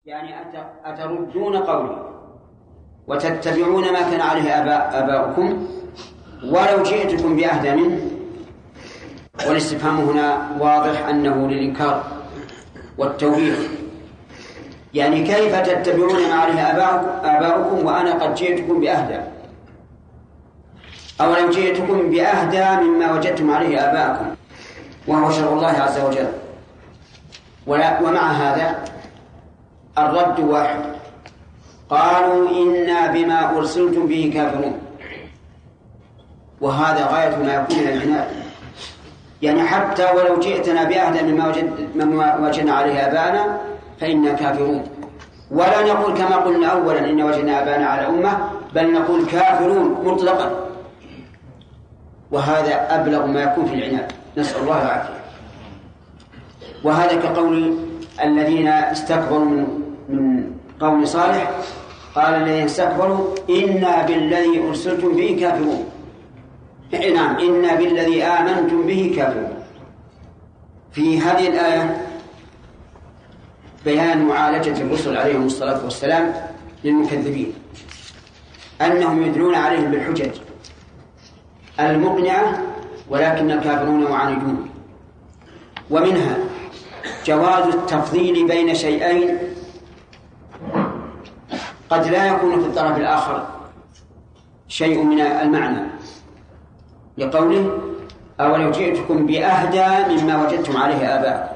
يعني أتردون قولي وتتبعون ما كان عليه آباؤكم ولو جئتكم بأهدى منه. والاستفهام هنا واضح أنه للإنكار والتوبيخ، يعني كيف تتبعون ما عليه آباؤكم وأنا قد جئتكم بأهدى، أو لو جئتكم بأهدى مما وجدتم عليه آباءكم وهو شرع الله عز وجل. ومع هذا الرد واحد، قالوا إنا بما أرسلتم به كافرون، وهذا غاية ما يكون من العناد. يعني حتى ولو جئتنا بأهدى مما وجدنا عليه آباءنا فإنا كافرون، ولا نقول كما قلنا أولا إن وجدنا آباءنا على أمة، بل نقول كافرون مطلقا، وهذا أبلغ ما يكون في العناد، نسأل الله العافية. وهذا كقول الذين استكبروا من قوم صالح، قال الذين استكبروا إنا بالذي أرسلتم به كافرون. نعم، إنا بالذي آمنتم به كافرون. في هذه الآية بيان معالجة الرسل عليهم الصلاة والسلام للمكذبين، أنهم يدلون عليهم بالحجج المقنعة، ولكن الكافرون معاندون. ومنها جواز التفضيل بين شيئين قد لا يكون في الطرف الآخر شيء من المعنى، لقوله أولو جئتكم بأهدى مما وجدتم عليه آباءكم.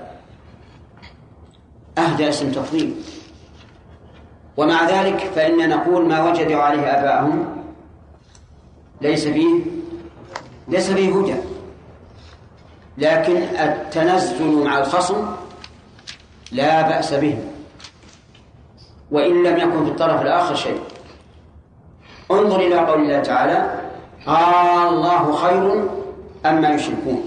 أهدى اسم تفضيل، ومع ذلك فإن نقول ما وجدوا عليه آباءهم ليس فيه هدى، لكن التنزل مع الخصم لا بأس به وإن لم يكن في الطرف الآخر شيء. انظر إلى قول الله تعالى الله خير أما يشركون.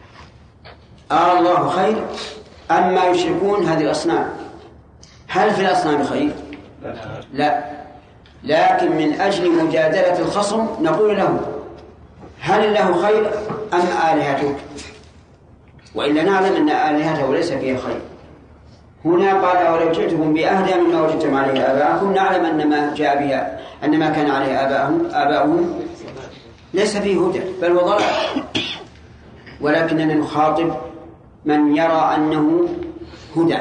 الله خير أما يشركون، هذه الأصنام، هل في الأصنام خير؟ لا، لكن من أجل مجادلة الخصم نقول له هل الله خير أم آلهتك؟ وإلا نعلم أن آلهته ليس فيها خير. هنا قال ولو جئتكم بأهدى مما وجدتم عليه آباءكم، نعلم أن ما جاء بها أن ما كان عليه آباؤهم ليس فيه هدى بل وضلال، ولكننا نخاطب من يرى أنه هدى،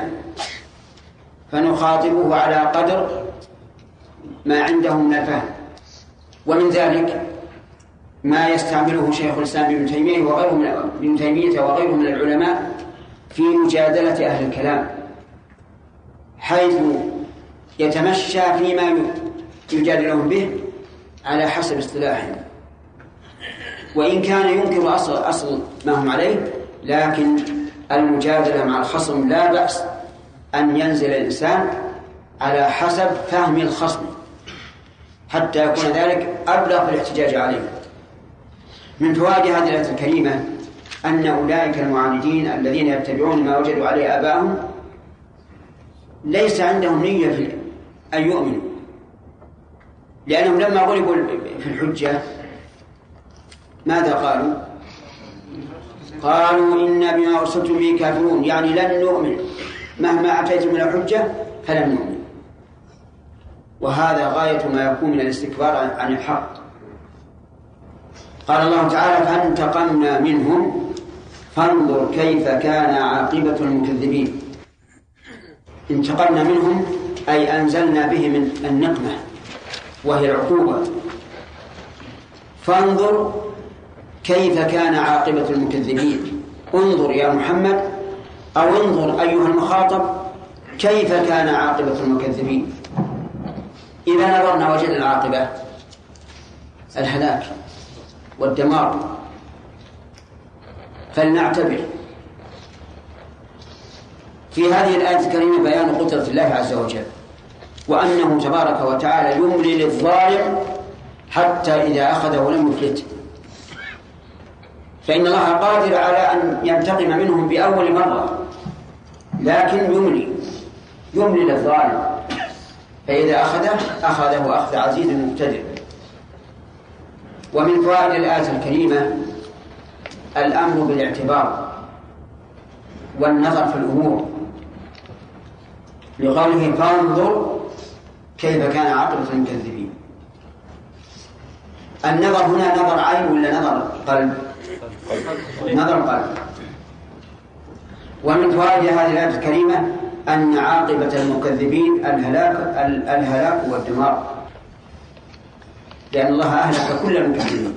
فنخاطبه على قدر ما عنده من الفهم. ومن ذلك ما يستعمله شيخ الإسلام ابن تيمية وغيره من العلماء في مجادلة أهل الكلام، حيث يتمشى فيما يجادلهم به على حسب اصطلاحهم، وإن كان ينكر أصل ما هم عليه، لكن المجادلة مع الخصم لا بأس أن ينزل الإنسان على حسب فهم الخصم حتى يكون ذلك أبلغ في الاحتجاج عليه. من فوائد هذه الآية الكريمة أن أولئك المعاندين الذين يتبعون ما وجدوا عليه آباءهم ليس عندهم نية في أن يؤمنوا، لأنهم لما غلبوا في الحجة ماذا قالوا؟ قالوا إنا بما أرسلتم به كافرون، يعني لن نؤمن مهما أتيتم من الحجة فلن نؤمن. وهذا غاية ما يكون من الاستكبار عن الحق. قال الله تعالى فانتقمنا منهم فانظر كيف كان عاقبة المكذبين. انتقمنا منهم أي أنزلنا بهم النقمة وهي العقوبة. فانظر كيف كان عاقبة المكذبين، انظر يا محمد أو انظر أيها المخاطب كيف كان عاقبة المكذبين. إذا نظرنا وجدنا العاقبة الهلاك والدمار، فلنعتبر. في هذه الآية الكريمة بيان قدرة الله عز وجل، وأنه تبارك وتعالى يملي للظالم حتى إذا أخذه لم يفلته، فإن الله قادر على أن ينتقم منهم بأول مرة، لكن يملي للظالم، فإذا أخذه أخذ عزيز مقتدر. ومن فوائد الآية الكريمة الأمر بالاعتبار والنظر في الأمور، لقوله فانظر كيف كان عاقبة المكذبين. النظر هنا نظر عين ولا نظر قلب؟ نظر قلب. ومن فوائد هذه الآية الكريمة أن عاقبة المكذبين الهلاك والدمار، لأن الله أهلك كل المكذبين.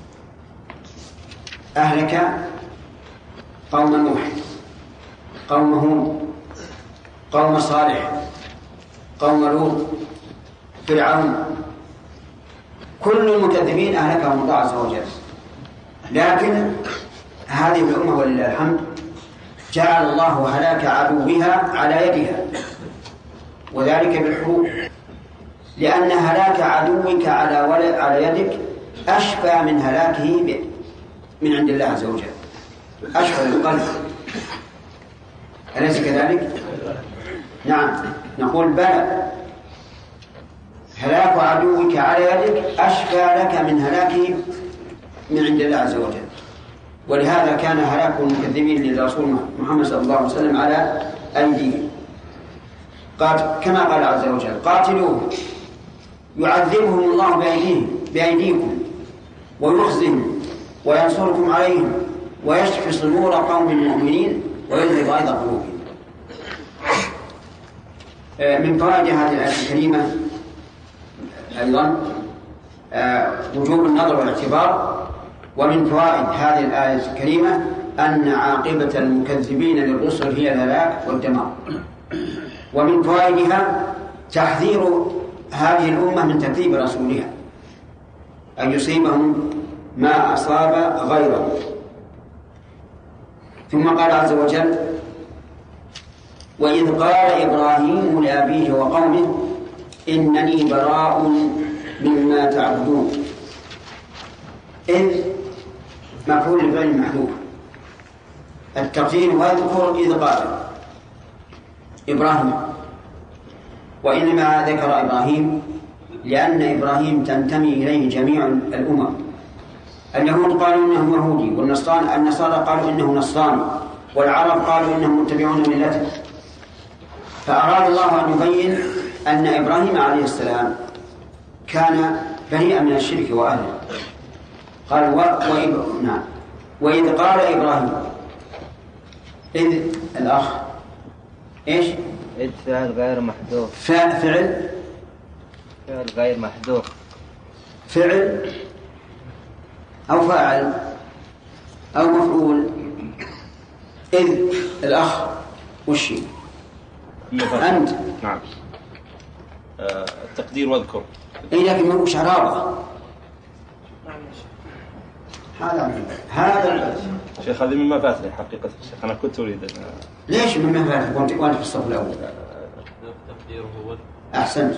أهلك قوم نوح، قوم هود، قوم صالح، قوم لوط، فرعون، كل المكذبين أهلكهم الله عز وجل. لكن هذه الأمة ولله الحمد جعل الله هلاك عدوها على يدها، وذلك بالحروب، لأن هلاك عدوك على يدك أشفى من هلاكه من عند الله عز وجل، أشفى للقلب. أليس كذلك؟ نعم، نقول بلى، هلاك عدوك على يدك أشفى لك من هلاكه من عند الله عز وجل. ولهذا كان هلاك المكذبين للرسول محمد صلى الله عليه وسلم على أيديهم، كما قال عز وجل قاتلوهم يعذبهم الله بأيديكم ويخزهم وينصركم عليهم ويشفي صدور قوم مؤمنين ويذهب غيظ قلوبهم. من فوائد هذه الآية الكريمة أيضا وجوب النظر والاعتبار. ومن فوائد هذه الآية الكريمة أن عاقبة المكذبين للرسل هي الهلاك والدمار. ومن فوائدها تحذير هذه الأمة من تكذيب رسولها، أن يصيبهم ما أصاب غيره. ثم قال عز وجل وإذ قال إبراهيم لأبيه وقومه إنني براء مما تعبدون. إذ مفعول الفعل محذوف، التقدير واذكر إذ قال إبراهيم. وإنما ذكر إبراهيم لأن إبراهيم تنتمي إليه جميع الأمم. اليهود قالوا إنه يهودي، والنصارى قالوا إنه نصراني، والعرب قالوا إنهم متبعون ملته. فأراد الله أن يبين أن إبراهيم عليه السلام كان بريئا من الشرك وأهله. قال وإذ قال إبراهيم. إذ الأخ إيش؟ إذ فعل غير محذوف. فعل غير محذوف. فعل أو فاعل أو مفعول. إذ الأخ وشي أنت؟ نعم. التقدير واذكر. إيه لكن ما هو شرابة. هذا شيخ هذه من مفاتني حقيقة الشيخ، أنا كنت أريد ليش من مفاتني وأنت في الصف الأول؟ أحسنت.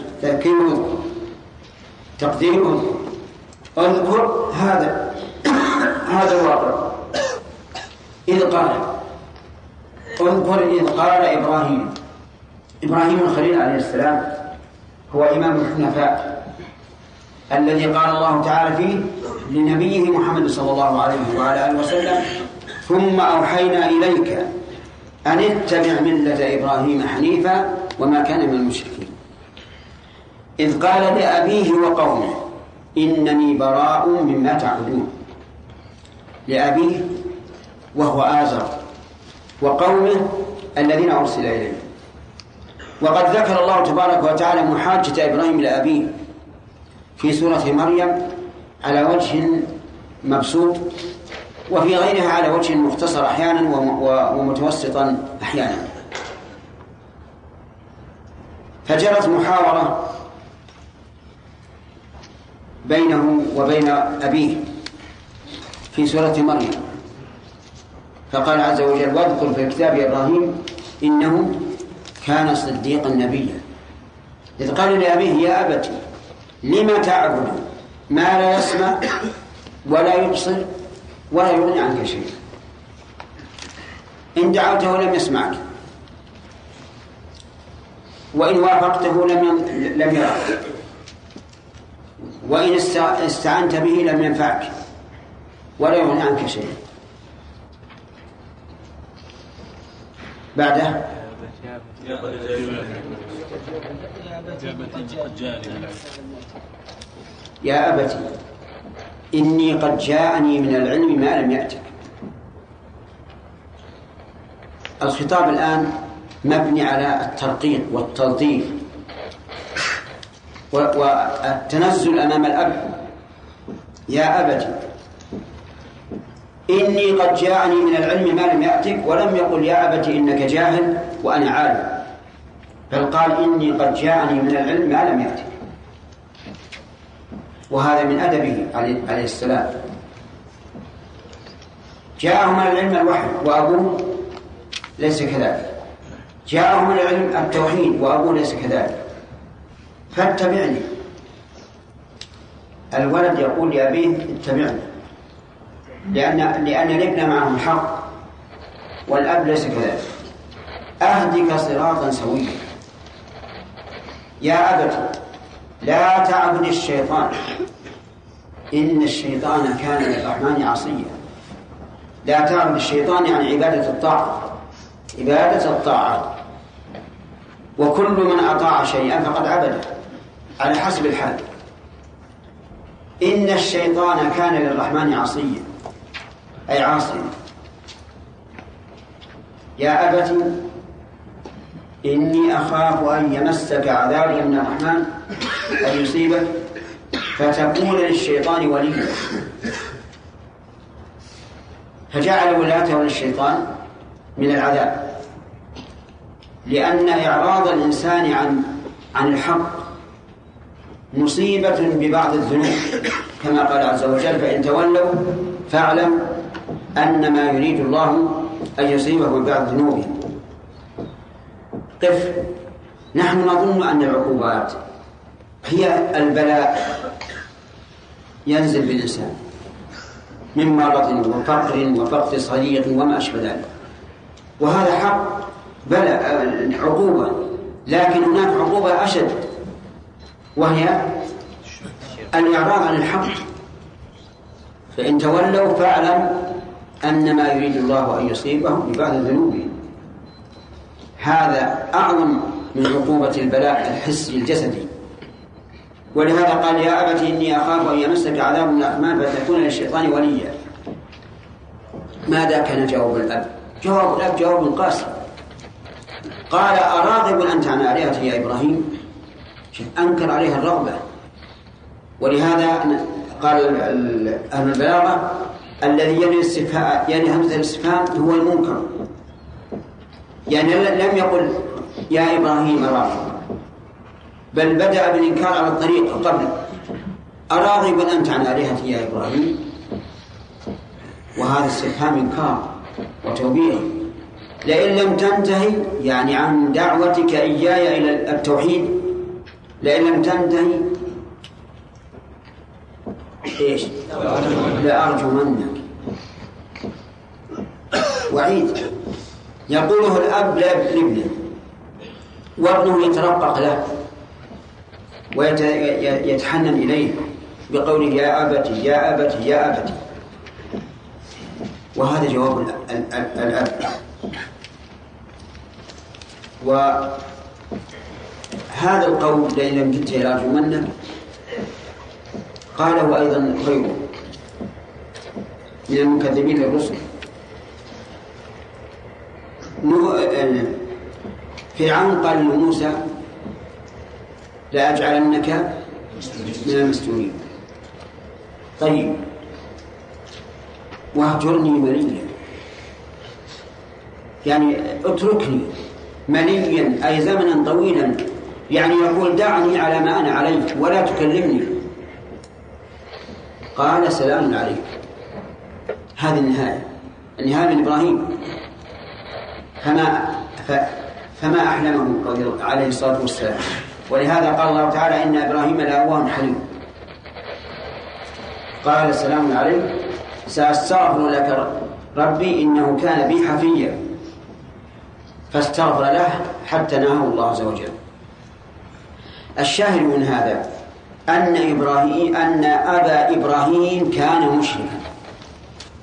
تقدير اذكر هذا الواقع. إذ قال اذكر إذ قال إبراهيم الخليل عليه السلام هو إمام الحنفاء الذي قال الله تعالى فيه لنبيه محمد صلى الله عليه وعلى آله وسلم ثم أوحينا إليك أن اتبع ملة إبراهيم حنيفا وما كان من المشركين. إذ قال لأبيه وقومه إنني براء مما تعبدون. لأبيه وهو آزر وقومه الذين أرسل إليه. وقد ذكر الله تبارك وتعالى محاجة إبراهيم لأبيه في سورة مريم على وجه مبسوط، وفي غيرها على وجه مختصر أحيانا ومتوسطا أحيانا. فجرت محاورة بينه وبين أبيه في سورة مريم، فقال عز وجل واذكر في الكتاب إبراهيم إنه كان صديقا نبيا. إذ قال لأبيه يا أبت لما تعبد ما لا يسمع ولا يبصر ولا يغني عنك شيء. إن دعوته لم يسمعك، وإن وافقته لم يراك، وإن استعنت به لم ينفعك ولا يغني عنك شيء. بعده يا أبت إني قد جاءني من العلم ما لم يأتك. الخطاب الآن مبني على الترقيق والتلطيف والتنزل أمام الأب. يا أبت إني قد جاءني من العلم ما لم يأتك، ولم يقل يا أبت إنك جاهل وأنا عالم، بل قال إني قد جاءني من العلم ما لم يأتك. وهذا من أدبه عليه السلام. جاءه من العلم الوحي وأبوه ليس كذلك، جاءه من العلم التوحيد وأبوه ليس كذلك، فاتبعني. الولد يقول لأبيه اتبعني، لأن الابن معه الحق والأب ليس كذلك. أهدك صراطا سويا. يا أبت لا تعبد الشيطان إن الشيطان كان للرحمن عصيا. لا تعبد الشيطان يعني عبادة الطاعة، عبادة الطاعة، وكل من أطاع شيئا فقد عبده على حسب الحال. إن الشيطان كان للرحمن عصيا أي عاصيا. يا أبت إني أخاف أن يمسك عذاب من الرحمن أن يصيبك فتكون للشيطان وليا. فجعل ولايته للشيطان من العذاب، لأن إعراض الإنسان عن الحق مصيبة ببعض الذنوب، كما قال عز وجل فإن تولوا فاعلم أنما يريد الله أن يصيبه ببعض ذنوبه. قف. نحن نظن أن العقوبات هي البلاء ينزل بالإنسان من مرض وفقر وفقد صديق وما أشبه ذلك، وهذا حق بلاء عقوبة، لكن هناك عقوبة أشد وهي الإعراض عن الحق. فإن تولوا فاعلم أنما يريد الله أن يصيبهم ببعض ذنوبهم. هذا أعظم من عقوبة البلاء الحسي الجسدي. ولهذا قال يا أبت إني أخاف أن يمسك عذاب من الرحمن فتكون للشيطان وليا. ماذا كان جواب الأب؟ جواب الأب جواب قاسي. قال أراغب أنت عن آلهتي يا إبراهيم؟ أنكر عليها الرغبة. ولهذا قال أهل البلاغة الذي يلي همزة الاستفهام هو المنكر، يعني لم يقل يا إبراهيم راغب، بل بدأ بالإنكار على الطريق قبل. أراغب أنت عن آلهتي يا إبراهيم؟ وهذا استفهام إنكار وتوبيخ. لئن لم تنتهي يعني عن دعوتك إياي إلى التوحيد، لئن لم تنتهي إيش؟ لأرجمنك. وعيد يقوله الأب لابنه، وابنه يترقق له ويتحنن إليه بقوله يا أبتي يا أبتي يا أبتي. وهذا جواب الأب. وهذا القول لئن لم تنتهي لأرجمنك قاله أيضا غيره من المكذبين للرسل. فرعون قال لموسى لأجعلنك من المسجونين. طيب واهجرني مليا، يعني اتركني مليا أي زمنا طويلا، يعني يقول دعني على ما أنا عليه ولا تكلمني. قال سلام عليك. هذه النهاية من إبراهيم. فما أحلمه عليه الصلاة والسلام. ولهذا قال الله تعالى إن إبراهيم لأواه حليم. قال سلام عليك سأستغفر لك ربي إنه كان بي حفيا، فاستغفر له حتى نهاه الله عز وجل. الشاهد من هذا أن أبا إبراهيم كان مشركا،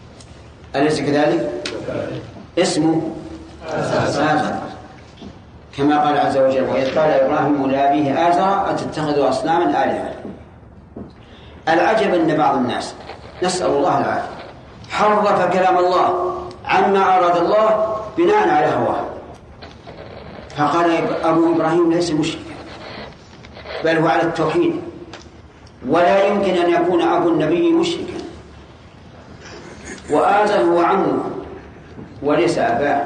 أليس كذلك؟ اسمه آزر. كما قال عز وجل: وإذ قال إبراهيم لأبيه آزر أتتخذ أصناما آلهة. العجب أن بعض الناس، نسأل الله العافية، حرف كلام الله عما أراد الله بناء على هواه، فقال أبو إبراهيم ليس مشركا بل هو على التوحيد، ولا يمكن أن يكون أبو النبي مشركا، وآزر هو عمه وليس أباه.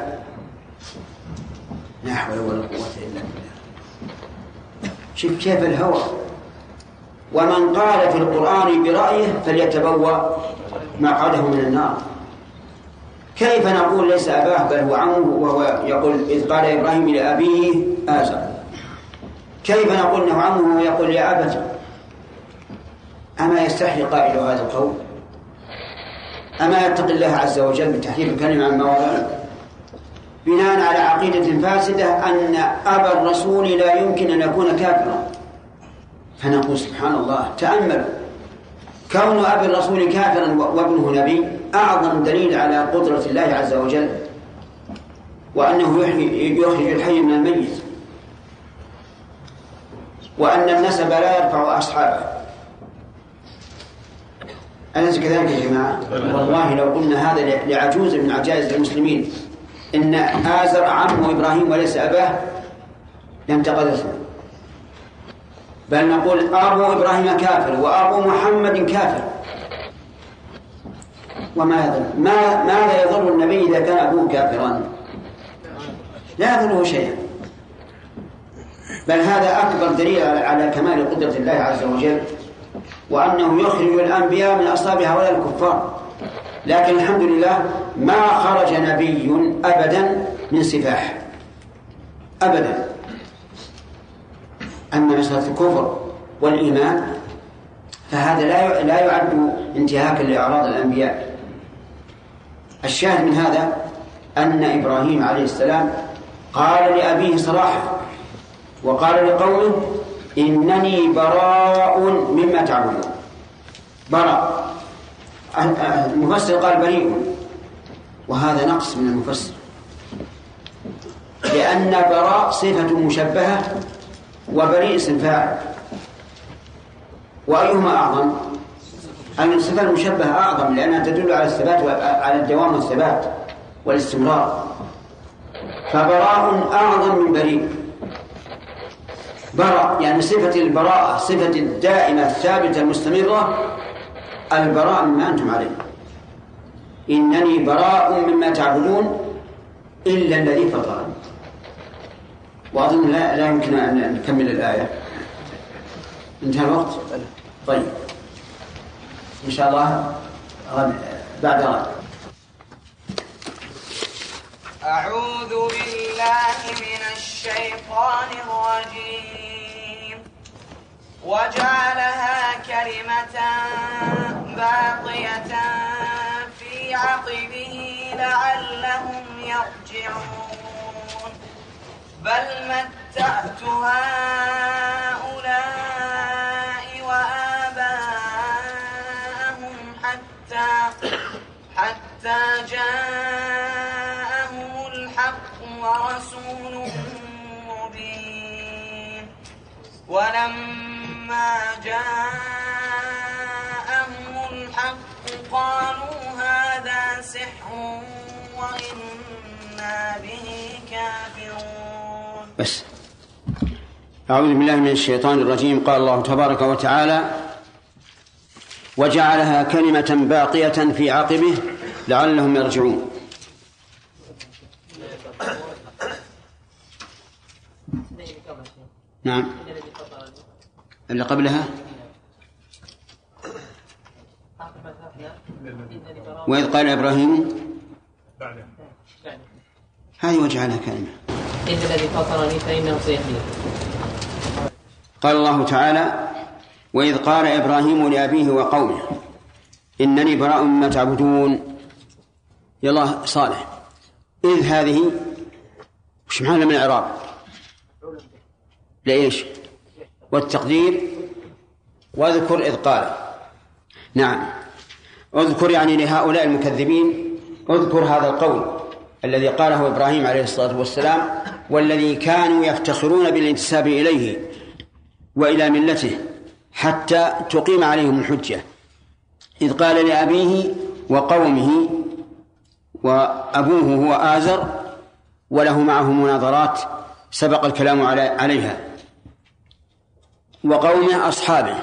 لا حول ولا قوة إلا بالله. شوف كيف الهوى. ومن قال في القرآن برأيه فليتبوأ مقعده من النار. كيف نقول ليس أباه بل هو عمه وهو يقول إذ قال إبراهيم لأبيه آزر؟ كيف نقول أنه عمه ويقول يا أبت؟ أما يستحي قائل هذا القول؟ أما يتقي الله عز وجل بتحريف الكلمة عن مواضعه بناء على عقيدة فاسدة أن أبا الرسول لا يمكن أن يكون كافرا؟ فنقول سبحان الله، تأمل، كون أبي الرسول كافرا وابنه نبي أعظم دليل على قدرة الله عز وجل، وأنه يخرج الحي من الميت، وأن النسب لا يرفع أصحابه. أليس كذلك يا جماعة؟ والله لو قلنا هذا لعجوز من عجائز المسلمين إن آزر عمه إبراهيم وليس أباه لم تقدسه، بل نقول أبو إبراهيم كافر وأبو محمد كافر. ماذا يضر النبي إذا كان أبوه كافرا؟ لا يضره شيئا، بل هذا أكبر دليل على كمال قدرة الله عز وجل، وأنه يخرج الأنبياء من أصلاب هؤلاء الكفار. لكن الحمد لله ما خرج نبي أبدا من سفاح أبدا. أما مسألة الكفر والإيمان فهذا لا يعد انتهاكا لأعراض الأنبياء. الشاهد من هذا أن إبراهيم عليه السلام قال لأبيه صراحة وقال لقومه إنني براء مما تعبدون. براء، المفسر قال بريء، وهذا نقص من المفسر، لأن براء صفة مشبهة وبريء اسم فاعل، وأيهما أعظم؟ الصفة المشبهة أعظم لأنها تدل على الثبات وعلى الدوام والثبات والاستمرار، فبراء أعظم من بريء. براء يعني صفة البراءة، صفة الدائمة الثابتة المستمرة، البراء مما أنتم عليه. إنني براء مما تعبدون إلا الذي فطرني. وأظن لا يمكن أن نكمل الآية، انتهى الوقت. طيب إن شاء الله بعد غد. أعوذ بالله من الشيطان الرجيم. وجعلها كلمة باقية في عقبه لعلهم يرجعون. بل متعت هؤلاء وآباءهم حتى جاءهم الحق ورسول مبين. ولما جاءهم الحق قالوا هذا سحر وإنا به كافرون. بس أعوذ بالله من الشيطان الرجيم. قال الله تبارك وتعالى وجعلها كلمة باقية في عقبه لعلهم يرجعون. نعم اللي قبلها وإذ قال إبراهيم هذه وجعلها كلمة إن الذي فطرني فإنه سيهدين. قال الله تعالى وإذ قال إبراهيم لأبيه وقومه إنني براء مما تعبدون. يلا صالح، إذ هذه وش معنى من الإعراب؟ لإيش؟ والتقدير واذكر إذ قال. نعم اذكر يعني لهؤلاء المكذبين، اذكر هذا القول الذي قاله إبراهيم عليه الصلاة والسلام والذي كانوا يفتخرون بالانتساب إليه وإلى ملته حتى تقيم عليهم الحجة، إذ قال لأبيه وقومه، وأبوه هو آزر وله معه مناظرات سبق الكلام عليها، وقومه أصحابه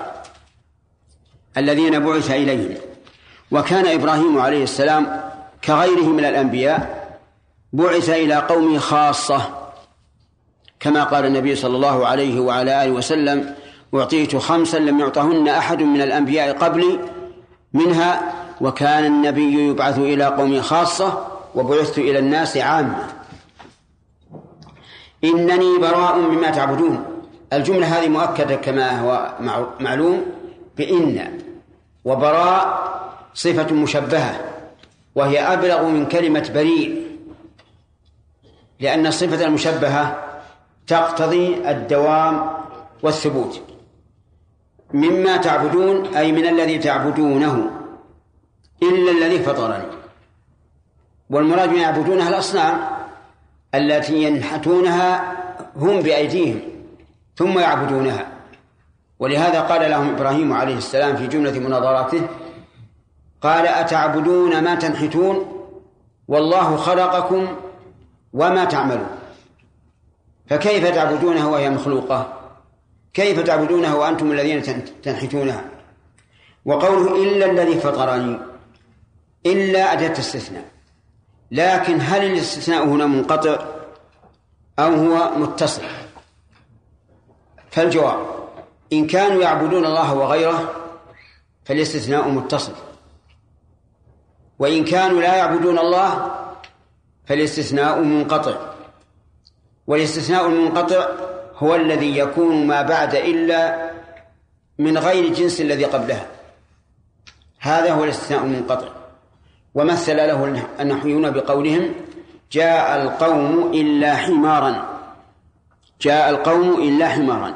الذين بعث إليهم. وكان إبراهيم عليه السلام كغيره من الأنبياء بعث إلى قومه خاصة، كما قال النبي صلى الله عليه وعلى آله وسلم: أعطيت 5 لم يعطهن أحد من الأنبياء قبلي، منها وكان النبي يبعث إلى قومه خاصة وبعثت إلى الناس عامة. إنني براء مما تعبدون. الجملة هذه مؤكدة كما هو معلوم بإن، وبراء صفة مشبهة وهي أبلغ من كلمة بريء، لأن الصفة المشبهة تقتضي الدوام والثبوت. مما تعبدون أي من الذي تعبدونه إلا الذي فطرني، والمراد من يعبدونها الأصنام التي ينحتونها هم بأيديهم ثم يعبدونها. ولهذا قال لهم إبراهيم عليه السلام في جملة مناظراته، قال: أتعبدون ما تنحتون والله خلقكم وما تعملون. فكيف تعبدونها وهي مخلوقة؟ كيف تعبدونها وأنتم الذين تنحتونها؟ وقوله إلا الذي فطرني، إلا أداة استثناء، لكن هل الاستثناء هنا منقطع أو هو متصل؟ فالجواب: إن كانوا يعبدون الله وغيره فالاستثناء متصل، وإن كانوا لا يعبدون الله فالاستثناء منقطع. والاستثناء المنقطع هو الذي يكون ما بعد إلا من غير الجنس الذي قبلها، هذا هو الاستثناء المنقطع. ومثل له النحويون بقولهم: جاء القوم إلا حمارا. جاء القوم إلا حمارا.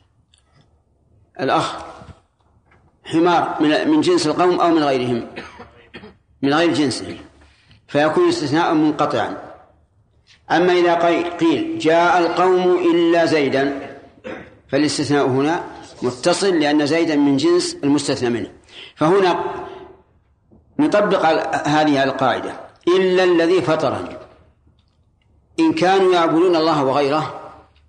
الأخ حمار من جنس القوم أو من غيرهم؟ من غير جنسهم، فيكون استثناء منقطعا. أما إذا قيل جاء القوم إلا زيدا فالاستثناء هنا متصل، لأن زيدا من جنس المستثنى منه. فهنا نطبق هذه القاعدة: إلا الذي فطرني. إن كانوا يعبدون الله وغيره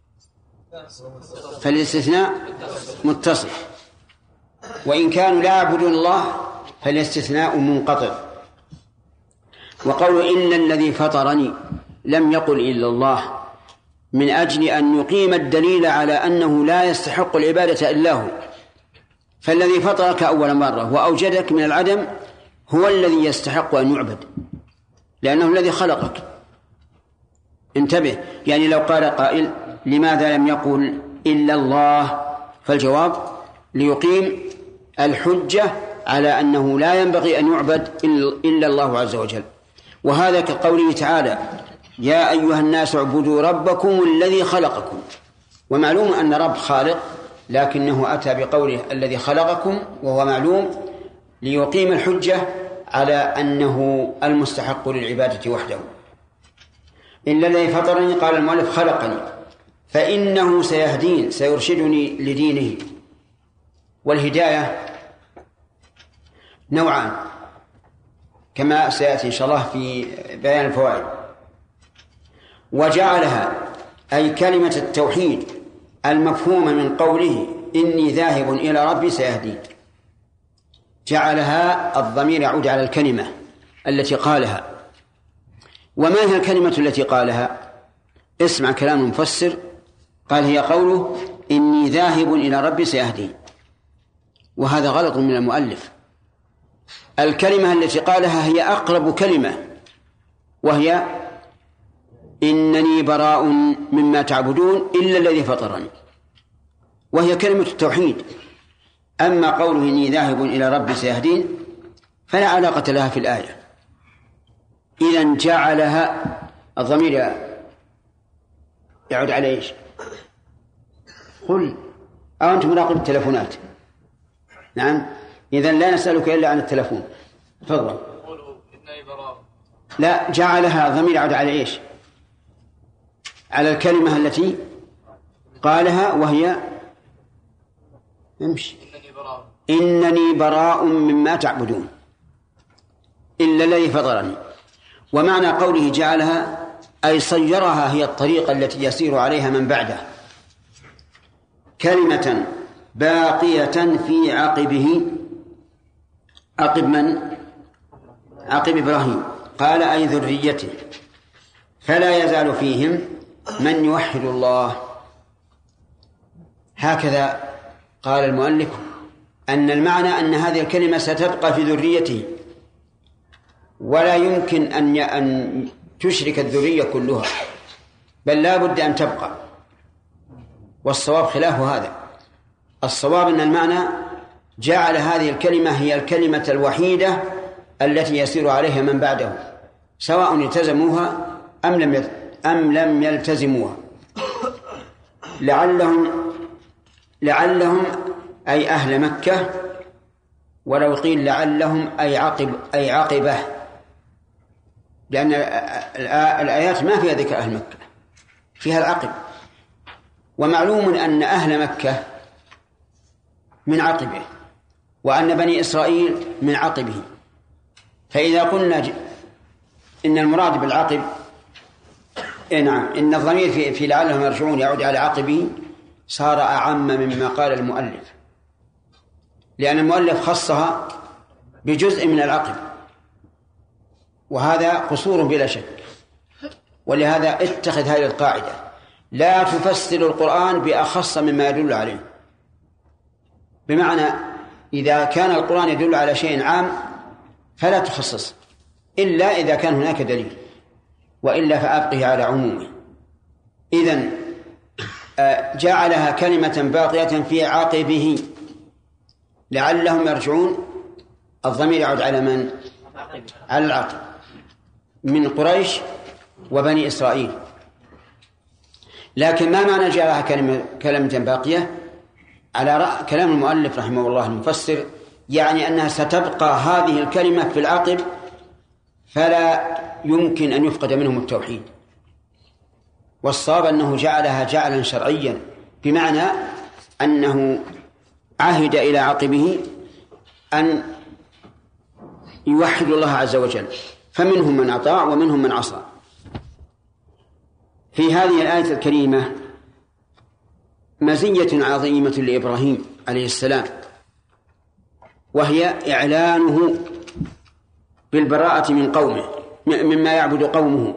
فالاستثناء متصل، وإن كانوا لا يعبدون الله فالاستثناء منقطع. وقول إلا الذي فطرني لم يقل إلا الله، من أجل أن يقيم الدليل على أنه لا يستحق العبادة إلا هو. فالذي فطرك أول مرة وأوجدك من العدم هو الذي يستحق أن يعبد، لأنه الذي خلقك. انتبه، يعني لو قال قائل: لماذا لم يقل إلا الله؟ فالجواب: ليقيم الحجة على أنه لا ينبغي أن يعبد إلا الله عز وجل. وهذا كقوله تعالى: يا أيها الناس اعبدوا ربكم الذي خلقكم. ومعلوم أن رب خالق، لكنه أتى بقوله الذي خلقكم، وهو معلوم ليقيم الحجة على أنه المستحق للعبادة وحده. إلا الذي فطرني، قال المؤلف: خلقني، فإنه سيهدين، سيرشدني لدينه. والهداية نوعان كما سيأتي إن شاء الله في بيان الفوائد. وجعلها أي كلمة التوحيد المفهومة من قوله إني ذاهب إلى ربي سيهدين، جعلها الضمير يعود على الكلمة التي قالها. وما هي الكلمة التي قالها؟ اسمع كلام المفسر، قال: هي قوله إني ذاهب إلى ربي سيهدين. وهذا غلط من المؤلف. الكلمة التي قالها هي أقرب كلمة، وهي إنني براء مما تعبدون إلا الذي فطرني، وهي كلمة التوحيد. أما قوله إني ذاهب إلى ربي سيهدين فلا علاقة لها في الآية. إذن جعلها الضمير يعود على إيش؟ قل أو أنت مراقب التلفونات؟ نعم، إذن لا نسألك إلا عن التلفون. تفضل. لا، جعلها الضمير يعود على إيش؟ على الكلمة التي قالها وهي امشي إنني براء مما تعبدون إلا الذي فطرني. ومعنى قوله جعلها أي صيرها هي الطريقة التي يسير عليها من بعده كلمة باقية في عقبه. عقب من؟ عقب إبراهيم. قال أي ذريته، فلا يزال فيهم من يوحد الله. هكذا قال المؤلف أن المعنى أن هذه الكلمة ستبقى في ذريته ولا يمكن أن تشرك الذرية كلها، بل لا بد أن تبقى. والصواب خلاف هذا. الصواب أن المعنى جعل هذه الكلمة هي الكلمة الوحيدة التي يسير عليها من بعده سواء التزموها أم لم يلتزموها. لعلهم أي أهل مكة، ولو قيل لعلهم أي عقبه، لأن الآيات ما فيها ذكر أهل مكة، فيها العقب. ومعلوم أن أهل مكة من عقبه وأن بني إسرائيل من عقبه، فإذا قلنا إن المراد بالعقب نعم إن الضمير في لعلهم يرجعون يعود على عقبه صار أعم مما قال المؤلف، لأن المؤلف خصها بجزء من العقب، وهذا قصور بلا شك. ولهذا اتخذ هذه القاعدة: لا تفسر القرآن بأخص مما يدل عليه. بمعنى إذا كان القرآن يدل على شيء عام فلا تخصص إلا إذا كان هناك دليل، وإلا فأبقه على عمومه. إذن جعلها كلمة باقية في عقبه لعلهم يرجعون. الضمير يعود على من؟ على العقب من قريش وبني إسرائيل. لكن ما معنى جعلها كلمة باقية؟ على كلام المؤلف رحمه الله المفسر، يعني أنها ستبقى هذه الكلمة في العقب فلا يمكن أن يفقد منهم التوحيد. والصواب أنه جعلها جعلا شرعيا، بمعنى أنه عهد إلى عقبه أن يوحد الله عز وجل، فمنهم من أطاع ومنهم من عصى. في هذه الآية الكريمة مزية عظيمة لإبراهيم عليه السلام، وهي إعلانه بالبراءة من قومه مما يعبد قومه.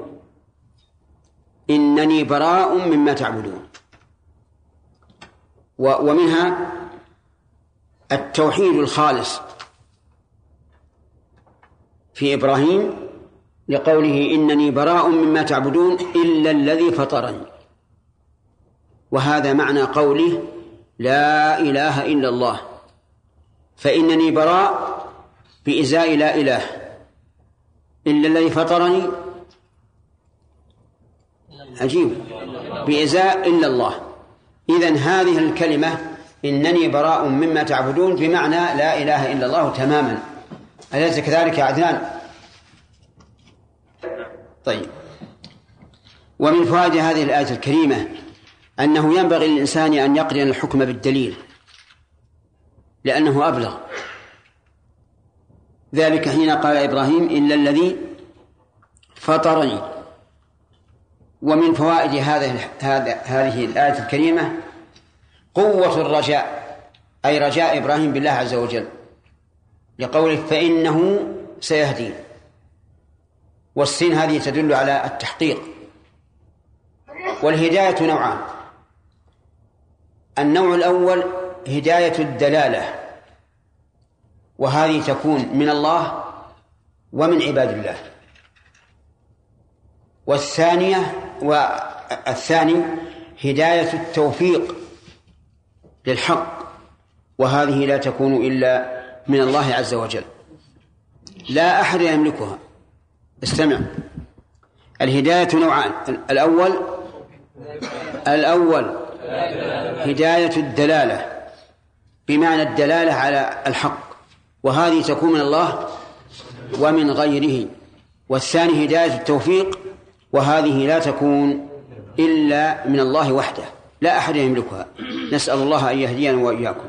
إنني براء مما تعبدون. ومنها التوحيد الخالص في إبراهيم لقوله إنني براء مما تعبدون إلا الذي فطرني. وهذا معنى قوله لا إله إلا الله، فإنني براء بإزاء لا إله، إلا الذي فطرني عجيب بإزاء إلا الله. إذن هذه الكلمة إنني براء مما تعبدون بمعنى لا إله إلا الله تماما. أليس كذلك يا عدنان؟ طيب. ومن فوائد هذه الآية الكريمة أنه ينبغي للإنسان أن يقرن الحكم بالدليل، لأنه أبلغ. ذلك حين قال إبراهيم إلا الذي فطرني. ومن فوائد هذه الآية الكريمة قوة الرجاء، أي رجاء إبراهيم بالله عز وجل، لقوله فإنه سيهدي. والسين هذه تدل على التحقيق. والهداية نوعان: النوع الأول هداية الدلالة، وهذه تكون من الله ومن عباد الله. والثاني هداية التوفيق للحق، وهذه لا تكون إلا من الله عز وجل، لا أحد يملكها. استمع، الهداية نوعان: الأول هداية الدلالة بمعنى الدلالة على الحق، وهذه تكون من الله ومن غيره. والثاني هداية التوفيق، وهذه لا تكون إلا من الله وحده، لا أحد يملكها. نسأل الله أن يهدينا وإياكم.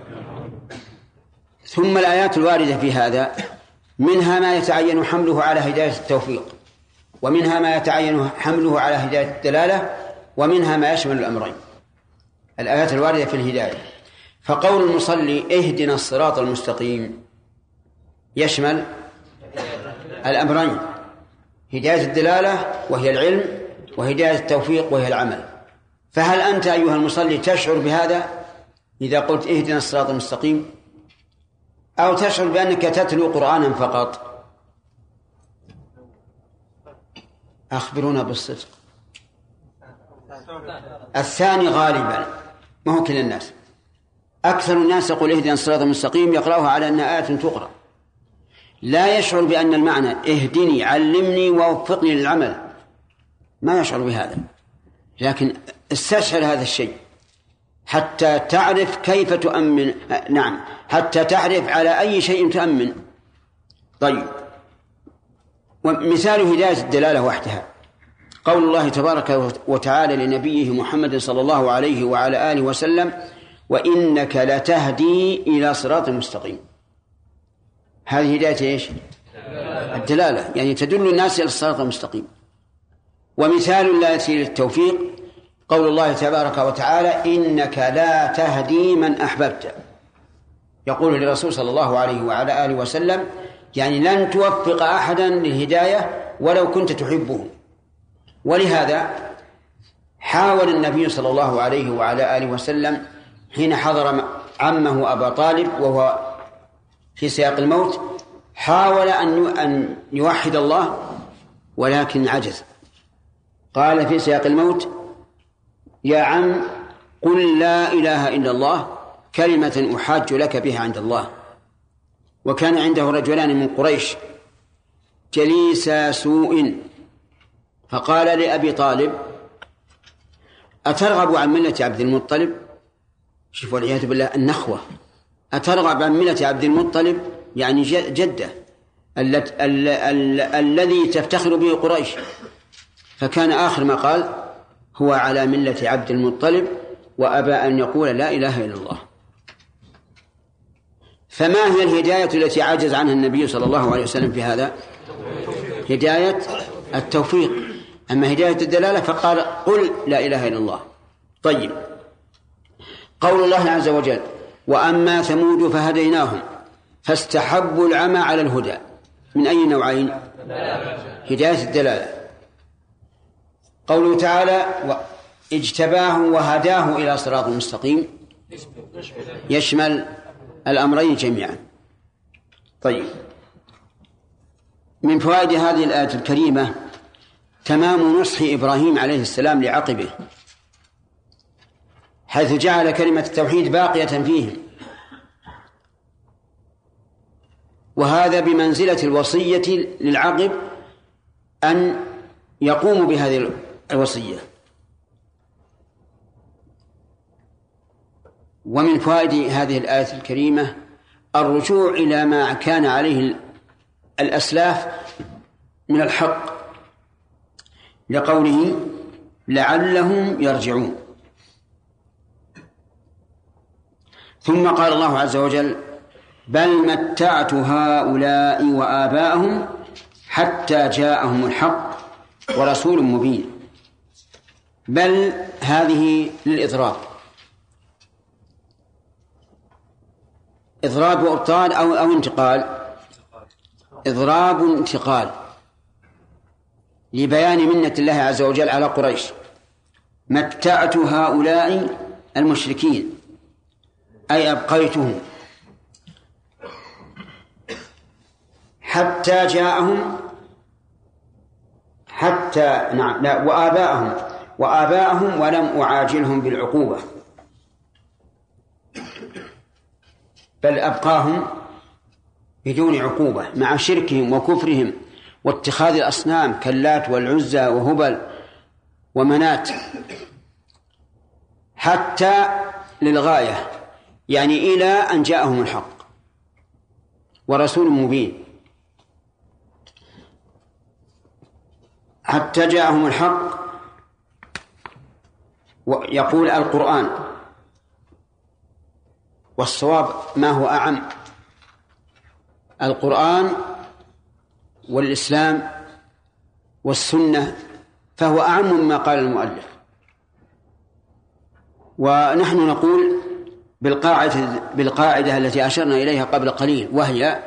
ثم الآيات الواردة في هذا منها ما يتعين حمله على هداية التوفيق، ومنها ما يتعين حمله على هداية الدلالة، ومنها ما يشمل الأمرين. الآيات الواردة في الهداية، فقول المصلي اهدنا الصراط المستقيم يشمل الأمرين: هداية الدلالة وهي العلم، وهداية التوفيق وهي العمل. فهل أنت أيها المصلي تشعر بهذا إذا قلت اهدنا الصراط المستقيم، أو تشعر بأنك تتلو قرآنا فقط؟ أخبرونا بالصدق. الثاني غالبا، ما هو كل الناس. أكثر الناس يقول اهدنا الصراط المستقيم يقرأها على أنها آية تقرأ، لا يشعر بأن المعنى اهدني علمني ووفقني للعمل، ما يشعر بهذا. لكن استشعر هذا الشيء حتى تعرف كيف تؤمن. نعم، حتى تعرف على أي شيء تؤمن. طيب، ومثال هداية الدلالة وحدها قول الله تبارك وتعالى لنبيه محمد صلى الله عليه وعلى آله وسلم: وإنك لتهدي إلى صراط مستقيم. هذه هداية إيش؟ الدلالة، يعني تدل الناس إلى الصراط المستقيم. ومثال التي للتوفيق قول الله تبارك وتعالى: إنك لا تهدي من أحببت. يقول للرسول صلى الله عليه وعلى آله وسلم يعني لن توفق أحدا للهداية ولو كنت تحبه. ولهذا حاول النبي صلى الله عليه وعلى آله وسلم حين حضر عمه أبا طالب وهو في سياق الموت، حاول أن يوحد الله ولكن عجز. قال في سياق الموت: يا عم قل لا إله إلا الله كلمة أحاج لك بها عند الله. وكان عنده رجلان من قريش جليسا سوء، فقال لأبي طالب: أترغب عن ملة عبد المطلب؟ شوفوا والعياذ بالله النخوة. أترغب عن ملة عبد المطلب يعني جدة الذي تفتخر به قريش. فكان آخر ما قال: هو على ملة عبد المطلب وأبى أن يقول لا إله إلا الله. فما هي الهداية التي عجز عنها النبي صلى الله عليه وسلم في هذا؟ هداية التوفيق. أما هداية الدلالة فقال: قل لا إله إلا الله. طيب، قول الله عز وجل: وأما ثمود فهديناهم فاستحبوا العمى على الهدى، من أي نوعين؟ هداية الدلالة. قوله تعالى: اجتباه وهداه إلى صراط مستقيم يشمل الأمرين جميعا. طيب، من فوائد هذه الآية الكريمة تمام نصح إبراهيم عليه السلام لعقبه، حيث جعل كلمة التوحيد باقية فيهم، وهذا بمنزلة الوصية للعقب أن يقوم بهذه الوصية. ومن فوائد هذه الآية الكريمة الرجوع إلى ما كان عليه الأسلاف من الحق، لقوله: لعلهم يرجعون. ثم قال الله عز وجل: بل متعت هؤلاء وآباءهم حتى جاءهم الحق ورسول مبين. بل هذه للإضراب، إضراب وإبطال أو انتقال. إضراب انتقال لبيان منة الله عز وجل على قريش. متعت هؤلاء المشركين أي أبقيتهم حتى جاءهم، حتى نعم لا وآباءهم ولم أعاجلهم بالعقوبة، بل أبقاهم بدون عقوبة مع شركهم وكفرهم واتخاذ الأصنام كاللات والعزى وهبل ومنات، حتى للغاية، يعني إلى أن جاءهم الحق ورسول مبين. حتى جاءهم الحق يقول القرآن، والصواب ما هو أعم، القرآن والإسلام والسنة، فهو أعم مما قال المؤلف. ونحن نقول بالقاعدة التي أشرنا إليها قبل قليل، وهي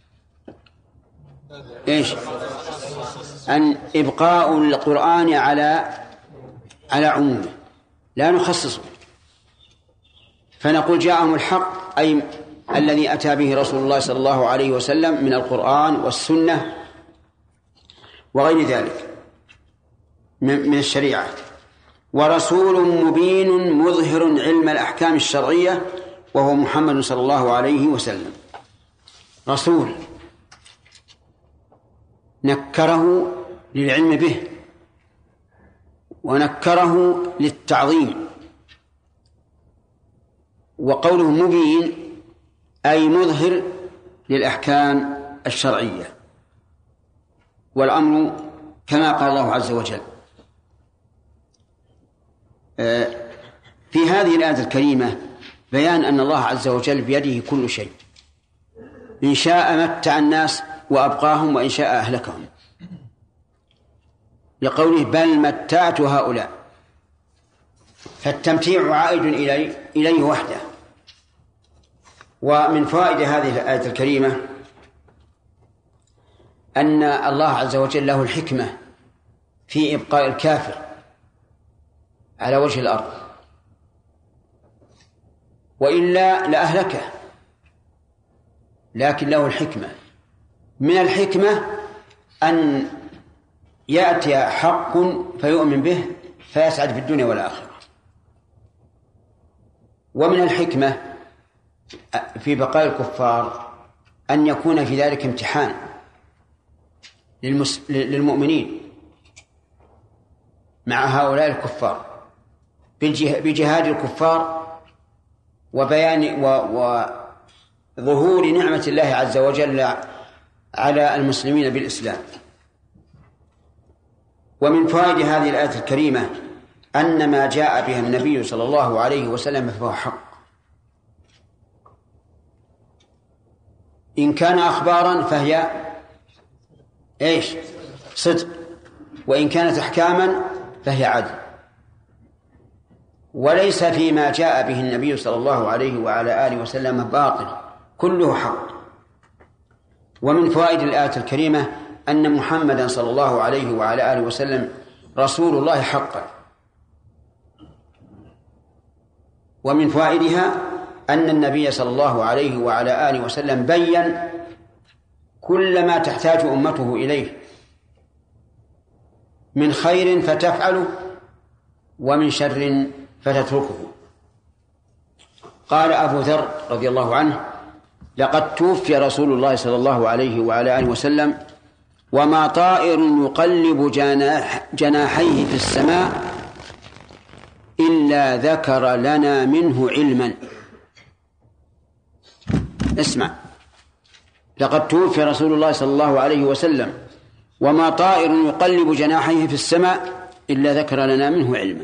إيش؟ أن إبقاء القرآن على عمومه، لا نخصصه. فنقول جاءهم الحق، أي الذي أتى به رسول الله صلى الله عليه وسلم من القرآن والسنة وغير ذلك من الشريعة، ورسول مبين مظهر علم الأحكام الشرعية، وهو محمد صلى الله عليه وسلم. رسول نكره للعلم به، ونكره للتعظيم. وقوله مبين أي مظهر للأحكام الشرعية، والأمر كما قال الله عز وجل في هذه الآية الكريمة بيان أن الله عز وجل بيده كل شيء، إن شاء متع الناس وأبقاهم، وإن شاء أهلكهم، لقوله بل متعت هؤلاء. فالتمتيع عائد إليه وحده. ومن فوائد هذه الآية الكريمة أن الله عز وجل له الحكمة في إبقاء الكافر على وجه الأرض، وإلا لأهلكه، لكن له الحكمة. من الحكمة أن يأتي حق فيؤمن به فيسعد في الدنيا والآخرة. ومن الحكمة في بقاء الكفار أن يكون في ذلك امتحان للمؤمنين مع هؤلاء الكفار، بجهاد الكفار وبيان وظهور نعمة الله عز وجل على المسلمين بالإسلام. ومن فوائد هذه الآية الكريمة أن ما جاء بها النبي صلى الله عليه وسلم فهو حق، إن كان أخبارا فهي إيش؟ صدق، وإن كانت أحكاما فهي عدل. وليس فيما جاء به النبي صلى الله عليه وعلى آله وسلم باطل، كله حق. ومن فوائد الآية الكريمة أن محمدا صلى الله عليه وعلى آله وسلم رسول الله حقا. ومن فوائدها أن النبي صلى الله عليه وعلى آله وسلم بيّن كل ما تحتاج أمته إليه من خير فتفعله، ومن شر فتتركه. قال أبو ذر رضي الله عنه: لقد توفي رسول الله صلى الله عليه وعلى آله وسلم وما طائر يقلب جناحيه في السماء إلا ذكر لنا منه علما. اسمع، لقد توفي رسول الله صلى الله عليه وسلم وما طائر يقلب جناحيه في السماء إلا ذكر لنا منه علما.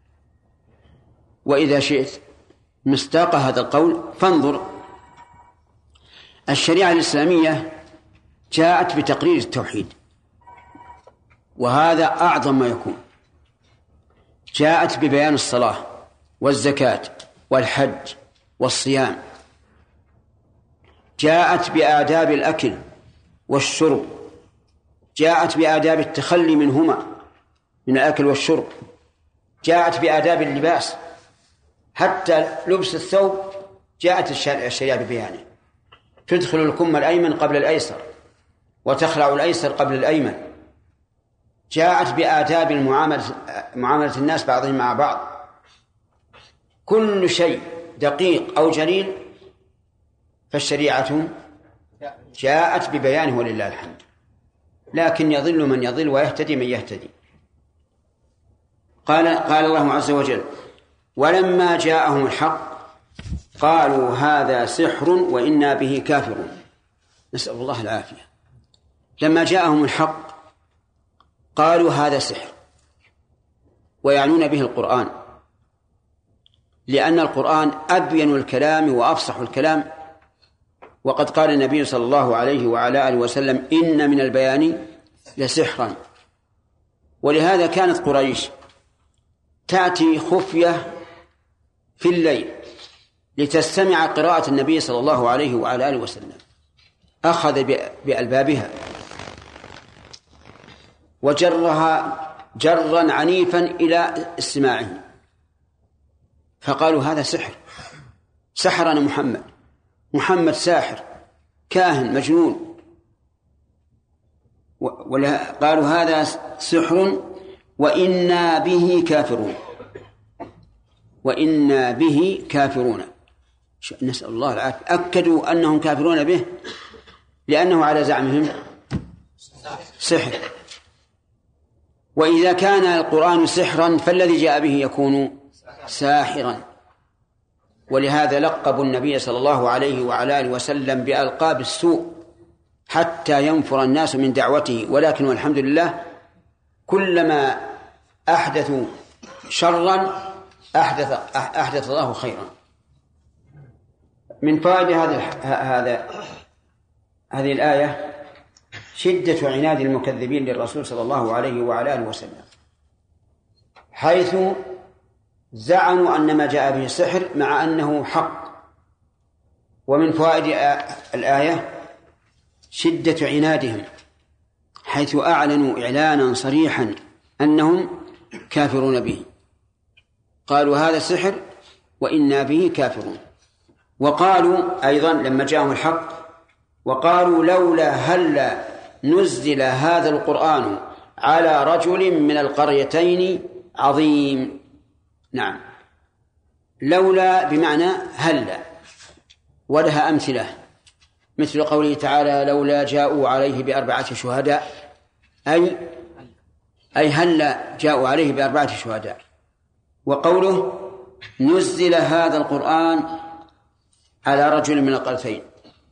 وإذا شئت مصداق هذا القول فانظر، الشريعة الإسلامية جاءت بتقرير التوحيد، وهذا أعظم ما يكون. جاءت ببيان الصلاة والزكاة والحج والصيام، جاءت بآداب الأكل والشرب، جاءت بآداب التخلي منهما من الأكل والشرب، جاءت بآداب اللباس، حتى لبس الثوب جاءت الشريعة ببيانه. تدخل الكم الأيمن قبل الأيسر وتخلع الأيسر قبل الأيمن. جاءت بآداب معاملة الناس بعضهم مع بعض. كل شيء دقيق أو جليل فالشريعة جاءت ببيانه ولله الحمد. لكن يضل من يضل ويهتدي من يهتدي. قال الله عز وجل: ولما جاءهم الحق قالوا هذا سحر وإنا به كافرون. نسأل الله العافية. لما جاءهم الحق قالوا هذا سحر، ويعنون به القرآن لأن القرآن أبين الكلام وأفصح الكلام، وقد قال النبي صلى الله عليه وعلى آله وسلم: إن من البيان لسحرا. ولهذا كانت قريش تأتي خفية في الليل لتستمع قراءة النبي صلى الله عليه وعلى آله وسلم، أخذ بألبابها وجرها جرا عنيفا إلى استماعه، فقالوا: هذا سحر، سحرنا محمد ساحر كاهن مجنون. قالوا: هذا سحر وإنا به كافرون، وإنا به كافرون. نسأل الله العافية. أكدوا أنهم كافرون به لأنه على زعمهم سحر. وإذا كان القرآن سحرا فالذي جاء به يكون ساحرا. ولهذا لقبوا النبي صلى الله عليه وعلى آله وسلم بألقاب السوء حتى ينفر الناس من دعوته، ولكن والحمد لله كلما أحدثوا شرا أحدث الله خيرا. من فائدة هذه الآية شدة عناد المكذبين للرسول صلى الله عليه وعلى آله وسلم، حيث زعموا أن ما جاء به السحر مع أنه حق. ومن فوائد الآية شدة عنادهم، حيث أعلنوا إعلانا صريحا أنهم كافرون به، قالوا: هذا سحر وإنا به كافرون. وقالوا أيضا لما جاءهم الحق، وقالوا: لولا هل نزل هذا القرآن على رجل من القريتين عظيم. نعم، لولا بمعنى هل، ولها أمثلة مثل قوله تعالى: لولا جاءوا عليه بأربعة شهداء، أي هل جاءوا عليه بأربعة شهداء. وقوله: نزل هذا القرآن على رجل من القريتين،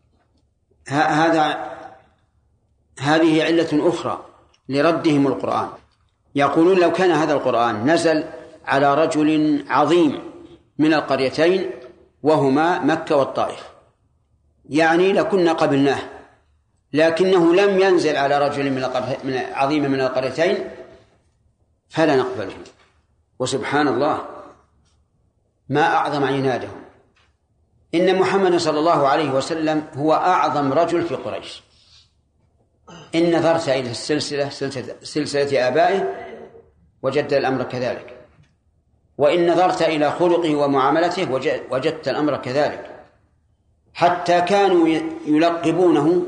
هذه علة أخرى لردهم القرآن. يقولون: لو كان هذا القرآن نزل على رجل عظيم من القريتين وهما مكة والطائف، يعني لكنا قبلناه، لكنه لم ينزل على رجل من عظيم من القريتين فلا نقبله. وسبحان الله ما أعظم عنادهم. إن محمد صلى الله عليه وسلم هو أعظم رجل في قريش. إن نظرت إلى سلسلة آبائه وجدت الأمر كذلك، وإن نظرت إلى خلقه ومعاملته وجدت الأمر كذلك، حتى كانوا يلقبونه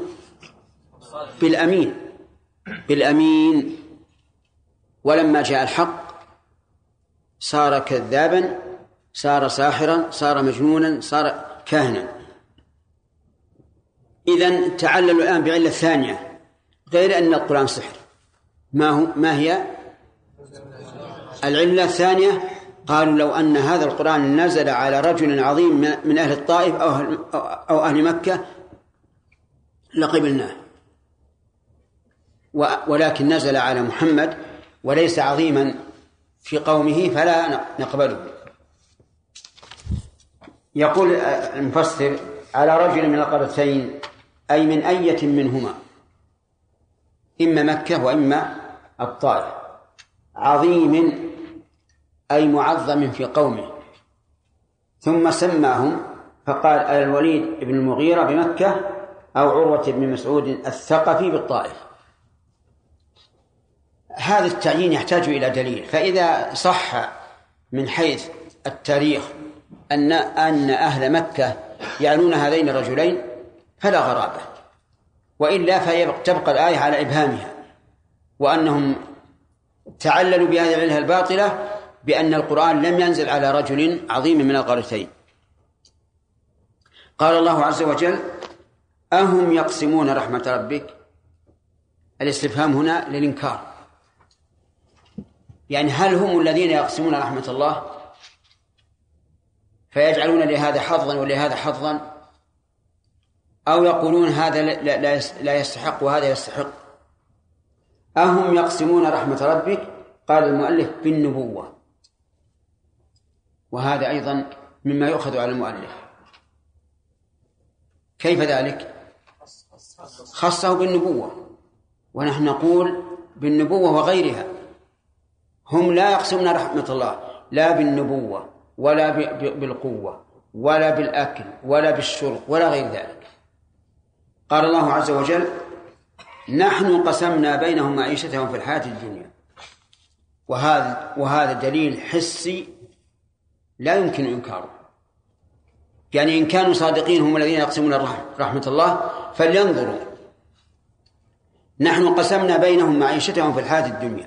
بالأمين. ولما جاء الحق صار كذابا، صار ساحرا، صار مجنونا، صار كاهنا. إذن تعللوا الآن بعلة ثانية غير أن القرآن سحر. ما هي العلة الثانية؟ قالوا: لو أن هذا القرآن نزل على رجل عظيم من أهل الطائف أو أهل مكة لقبلناه، ولكن نزل على محمد وليس عظيما في قومه فلا نقبله. يقول المفسر: على رجل من القريتين، أي من أية منهما، إما مكة وإما الطائف، عظيم أي معظم في قومه. ثم سماهم فقال: الوليد بن المغيرة بمكة، أو عروة بن مسعود الثقفي بالطائف. هذا التعيين يحتاج إلى دليل. فإذا صح من حيث التاريخ أن أهل مكة يعنون هذين الرجلين فلا غرابة، وإلا فتبقى الآية على إبهامها، وأنهم تعللوا بهذه العلة الباطلة بأن القرآن لم ينزل على رجل عظيم من القريتين. قال الله عز وجل: أهم يقسمون رحمة ربك. الاستفهام هنا للإنكار، يعني هل هم الذين يقسمون رحمة الله فيجعلون لهذا حظا ولهذا حظا، أو يقولون هذا لا يستحق وهذا يستحق؟ أهم يقسمون رحمة ربك، قال المؤلف بالنبوة، وهذا أيضا مما يؤخذ على المؤلف. كيف ذلك؟ خصه بالنبوة، ونحن نقول بالنبوة وغيرها. هم لا يقسمون رحمة الله لا بالنبوة ولا بالقوة ولا بالأكل ولا بالشرب ولا غير ذلك. قال الله عز وجل: نحن قسمنا بينهم معيشتهم في الحياة الدنيا. وهذا دليل حسي لا يمكن إنكاره. يعني إن كانوا صادقين هم الذين يقسمون رحمة الله فلينظروا. نحن قسمنا بينهم معيشتهم في الحياة الدنيا،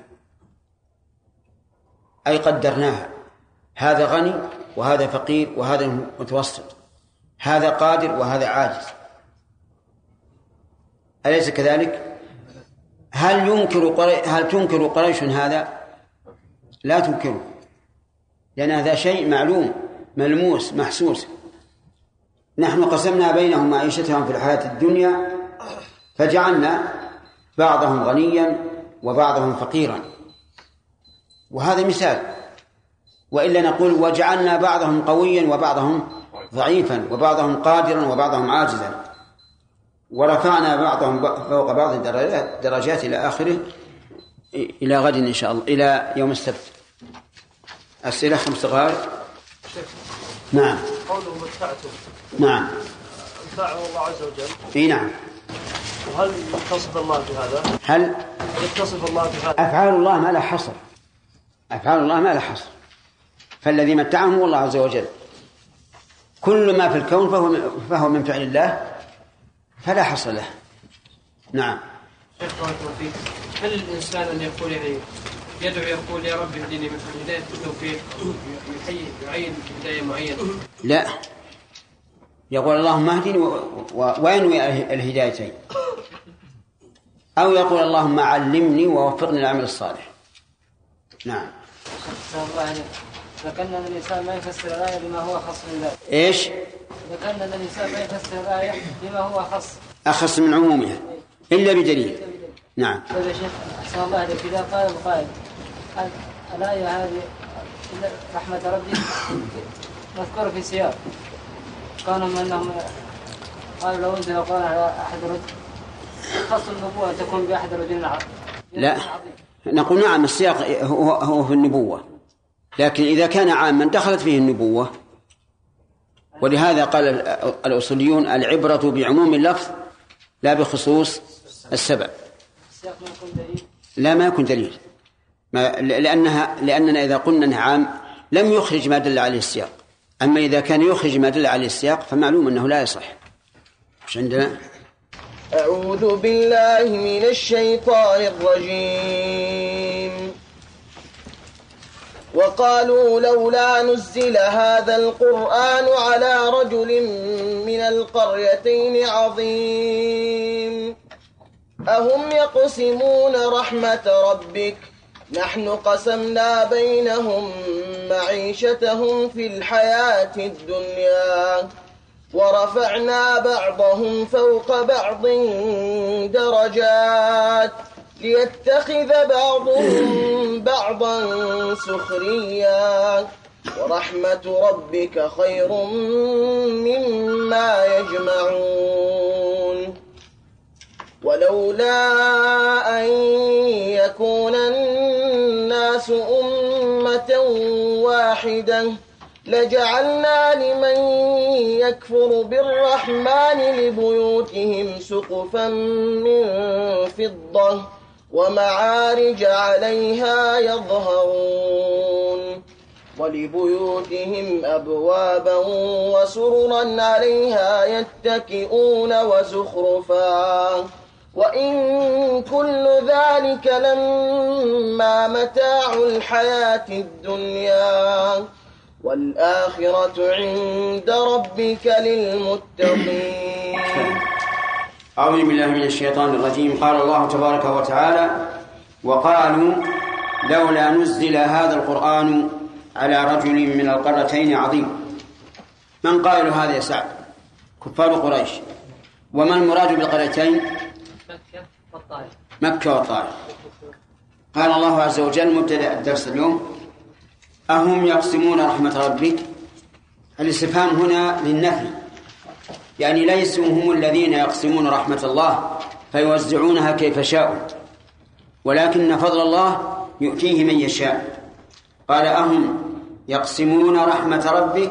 أي قدرناها، هذا غني وهذا فقير وهذا متوسط، هذا قادر وهذا عاجز. أليس كذلك؟ هل تنكر قريش هذا؟ لا تنكره، لأن هذا شيء معلوم ملموس محسوس. نحن قسمنا بينهم معيشتهم في الحياة الدنيا فجعلنا بعضهم غنيا وبعضهم فقيرا، وهذا مثال. وإلا نقول: وجعلنا بعضهم قويا وبعضهم ضعيفا وبعضهم قادرا وبعضهم عاجزا، ورفعنا بعضهم فوق بعض درجات إلى آخره، إلى غد إن شاء الله، إلى يوم السبت. أسئلة 5 دقائق. نعم. قوله متعتم. نعم. متاعه الله عز وجل. إيه نعم. وهل يتصف الله بهذا؟ هل يتصف الله بهذا؟ أفعال الله ما لا حصر، أفعال الله ما لا حصر، فالذي متعهم هو الله عز وجل. كل ما في الكون فهو من فعل الله فلا حصر له. نعم. شيخ بارك الله فيك، هل الإنسان أن يقول يدعو يقول: يا رب اهدني من هداية التوفيق، يعين هداية معينة؟ لا، يقول: اللهم اهدني وينوي الهدايتين، أو يقول: اللهم علمني ووفقني للعمل الصالح. نعم. ذكرنا أن الإنسان ما يفسر الآية بما هو خاص بالله. إيش؟ ذكرنا أن الإنسان ما يفسر الآية بما هو أخص من عمومها إلا بدليل. نعم. طيب يا شيخ، أحسن الله عليك، إذا قال القائل الآية هذه رحمة ربي مذكورة في سياق، كانوا من أنهم قالوا لو أنزل القرآن على أحد الرجل خاص النبوة تكون بأحد الرجل عظيم. لا، نقول نعم السياق هو في النبوة، لكن إذا كان عاما دخلت فيه النبوة. ولهذا قال الأصوليون: العبرة بعموم اللفظ لا بخصوص السبب. لا، ما يكون دليل، لأننا إذا قلنا أنه عام لم يخرج ما دل عليه السياق. أما إذا كان يخرج ما دل عليه السياق فمعلوم أنه لا يصح. مش عندنا؟ أعوذ بالله من الشيطان الرجيم. وقالوا لولا نزل هذا القرآن على رجل من القريتين عظيم أهم يقسمون رحمة ربك نحن قسمنا بينهم معيشتهم في الحياة الدنيا ورفعنا بعضهم فوق بعض درجات ليتخذ بعضهم بعضا سخريا ورحمة ربك خير مما يجمعون ولولا أن يكون الناس أمة واحدة لجعلنا لمن يكفر بالرحمن لبيوتهم سقفا من فضة ومعارج عليها يظهرون ولبيوتهم أبوابا وسررا عليها يتكئون وزخرفا وإن كل ذلك لما متاع الحياة الدنيا والآخرة عند ربك للمتقين. أعوذ بالله من الشيطان الرجيم. قال الله تبارك وتعالى: وقالوا لولا نزل هذا القرآن على رجل من القريتين عظيم. من قائل هذا يا سعد؟ كفار قريش. وما المراد بالقريتين؟ مكة والطائف. قال الله عز وجل مبتدأ الدرس اليوم: أهم يقسمون رحمة ربك؟ الاستفهام هنا للنفي، يعني ليسوا هم الذين يقسمون رحمة الله فيوزعونها كيف شاءوا، ولكن فضل الله يؤتيه من يشاء. قال أهم يقسمون رحمة ربك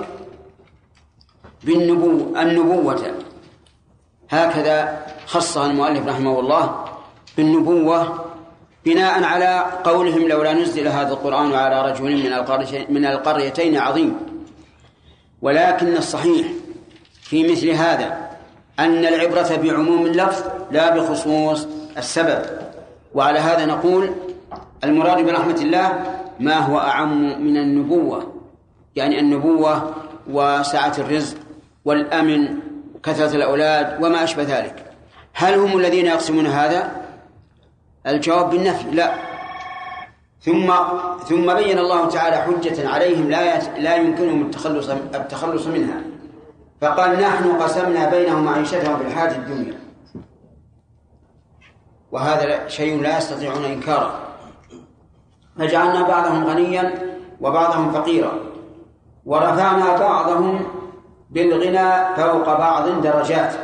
النبوة، هكذا خصها المؤلف رحمه الله بالنبوة بناء على قولهم لولا نزل هذا القرآن على رجل من القريتين عظيم. ولكن الصحيح في مثل هذا أن العبرة بعموم اللفظ لا بخصوص السبب، وعلى هذا نقول المراد برحمة الله ما هو أعم من النبوة، يعني النبوة وسعة الرزق والأمن وكثرة الأولاد وما أشبه ذلك. هل هم الذين يقسمون هذا؟ الجواب بالنفي لا. ثم بين الله تعالى حجة عليهم لا يمكنهم التخلص منها، فقال نحن قسمنا بينهم معيشتهم في الحياة الدنيا، وهذا شيء لا يستطيعون إنكاره. فجعلنا بعضهم غنيا وبعضهم فقيرا، ورفعنا بعضهم بالغنى فوق بعض درجات.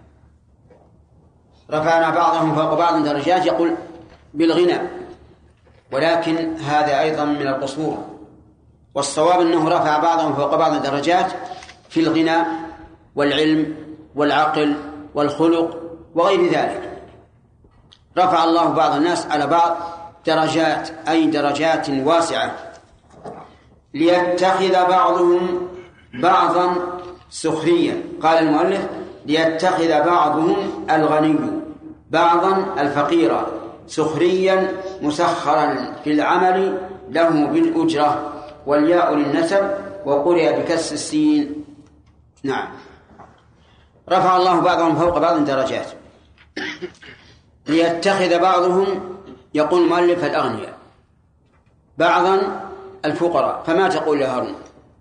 رفعنا بعضهم فوق بعض درجات يقول بالغنى، ولكن هذا أيضا من القصور، والصواب أنه رفع بعضهم فوق بعض درجات في الغنى والعلم والعقل والخلق وغير ذلك. رفع الله بعض الناس على بعض درجات، أي درجات واسعة، ليتخذ بعضهم بعضا سخريا. قال المؤلف ليتخذ بعضهم الغني بعضا الفقير سخريا مسخرا في العمل له بالأجرة، والياء للنسب وقرئ بكسر السين. نعم، رفع الله بعضهم فوق بعض درجات ليتخذ بعضهم، يقول المؤلف الأغنياء، بعضا الفقراء. فما تقول يا هارون؟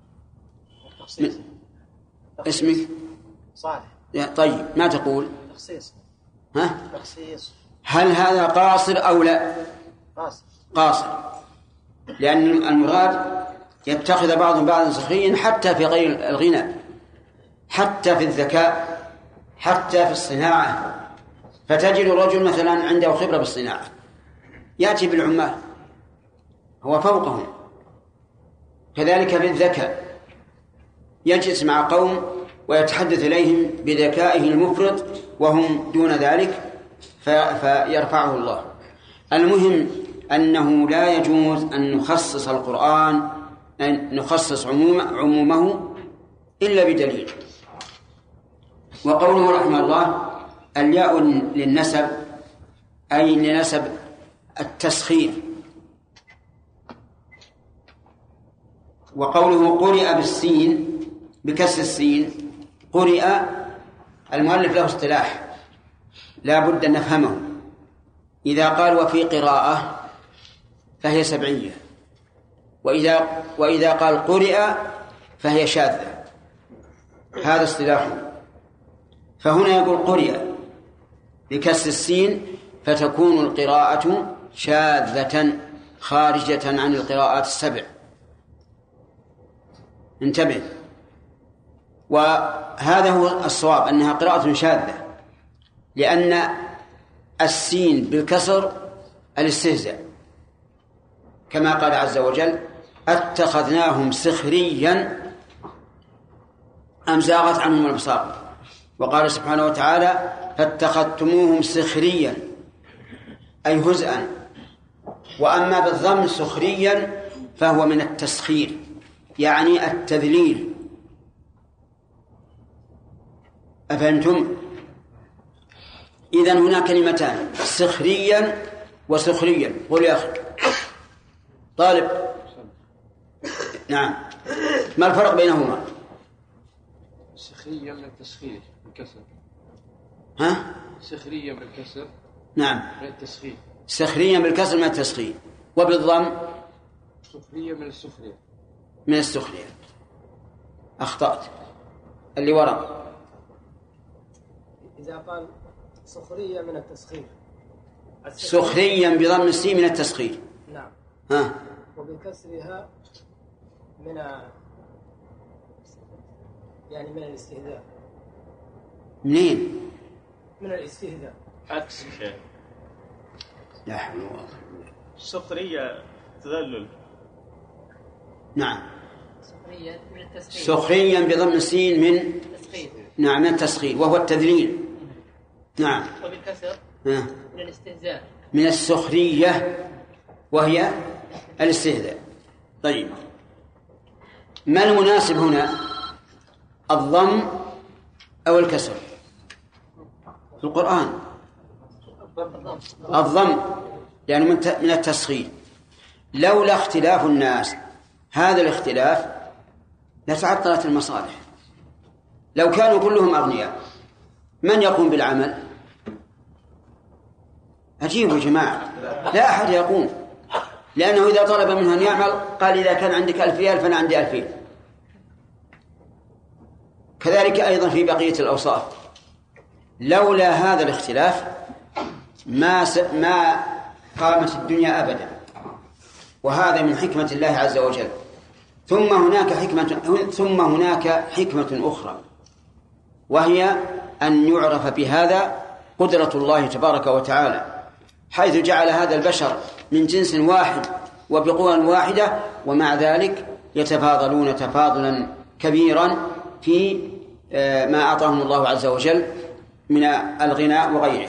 اسمك صالح. طيب ما تقول؟ تخصيص. ها؟ تخصيص. هل هذا قاصر أو لا؟ قاصر، لأن المراد يتخذ بعضهم بعضا سخريا حتى في غير الغنى، حتى في الذكاء، حتى في الصناعة. فتجد الرجل مثلا عنده خبرة بالصناعة يأتي بالعمال هو فوقهم، كذلك بالذكاء يجلس مع قوم ويتحدث إليهم بذكائه المفرط وهم دون ذلك فيرفعه الله. المهم أنه لا يجوز أن نخصص القرآن، أن نخصص عمومه إلا بدليل. وقوله رحمه الله الياء للنسب أي لنسب التسخير. وقوله قرئ بالسين بكسر السين، قرئ المؤلف له اصطلاح لا بد أن نفهمه. إذا قال وفي قراءة فهي سبعية، وإذا قال قرئ فهي شاذة، هذا اصطلاحه. فهنا يقول قرئ بكسر السين فتكون القراءة شاذة خارجة عن القراءات السبع. انتبه، وهذا هو الصواب أنها قراءة شاذة، لأن السين بالكسر الاستهزاء، كما قال عز وجل اتخذناهم سخريا أم زاغت عنهم الأبصار. وقال سبحانه وتعالى فاتخذتموهم سخريا أي هزءا. وأما بالضم سخريا فهو من التسخير، يعني التذليل. أفهمتم؟ إذن هنا كلمتان، سخريا وسخريا. قل يا أخي طالب. نعم، ما الفرق بينهما؟ سخريا من التسخير بالكسر. ها؟ سخريا بالكسر. نعم، من التسخير. سخريا بالكسر من التسخير، وبالضم سخريا من السخرية. من السخرية. أخطأت، اللي وراء. إذا قال سخرية من التسخير، سخريا بضم السين من التسخير. نعم. ها؟ وبكسرها من يعني من الاستهزاء. منين؟ من الاستهزاء. عكس شيء. لا حول ولا قوة. السخرية تذلل. نعم. سخريا من التسخير. سخريا بضم السين من التسخير. نعم من التسخير وهو التذليل. نعم. وبالكسر من الاستهزاء. من السخرية وهي الاستهزاء. طيب ما المناسب هنا، الضم أو الكسر في القرآن؟ الضم يعني من التسخير. لولا اختلاف الناس هذا الاختلاف لتعطلت المصالح. لو كانوا كلهم أغنياء من يقوم بالعمل؟ أجيبوا يا جماعة، لا أحد يقوم، لأنه إذا طلب منه أن يعمل قال إذا كان عندك 1000 ريال فأنا عندي 2000. كذلك أيضا في بقية الأوصاف. لولا هذا الاختلاف ما قامت الدنيا أبدا، وهذا من حكمة الله عز وجل. ثم هناك حكمة أخرى، وهي أن يعرف بهذا قدرة الله تبارك وتعالى، حيث جعل هذا البشر من جنس واحد وبقوة واحدة، ومع ذلك يتفاضلون تفاضلا كبيرا في ما أعطاهم الله عز وجل من الغناء وغيره.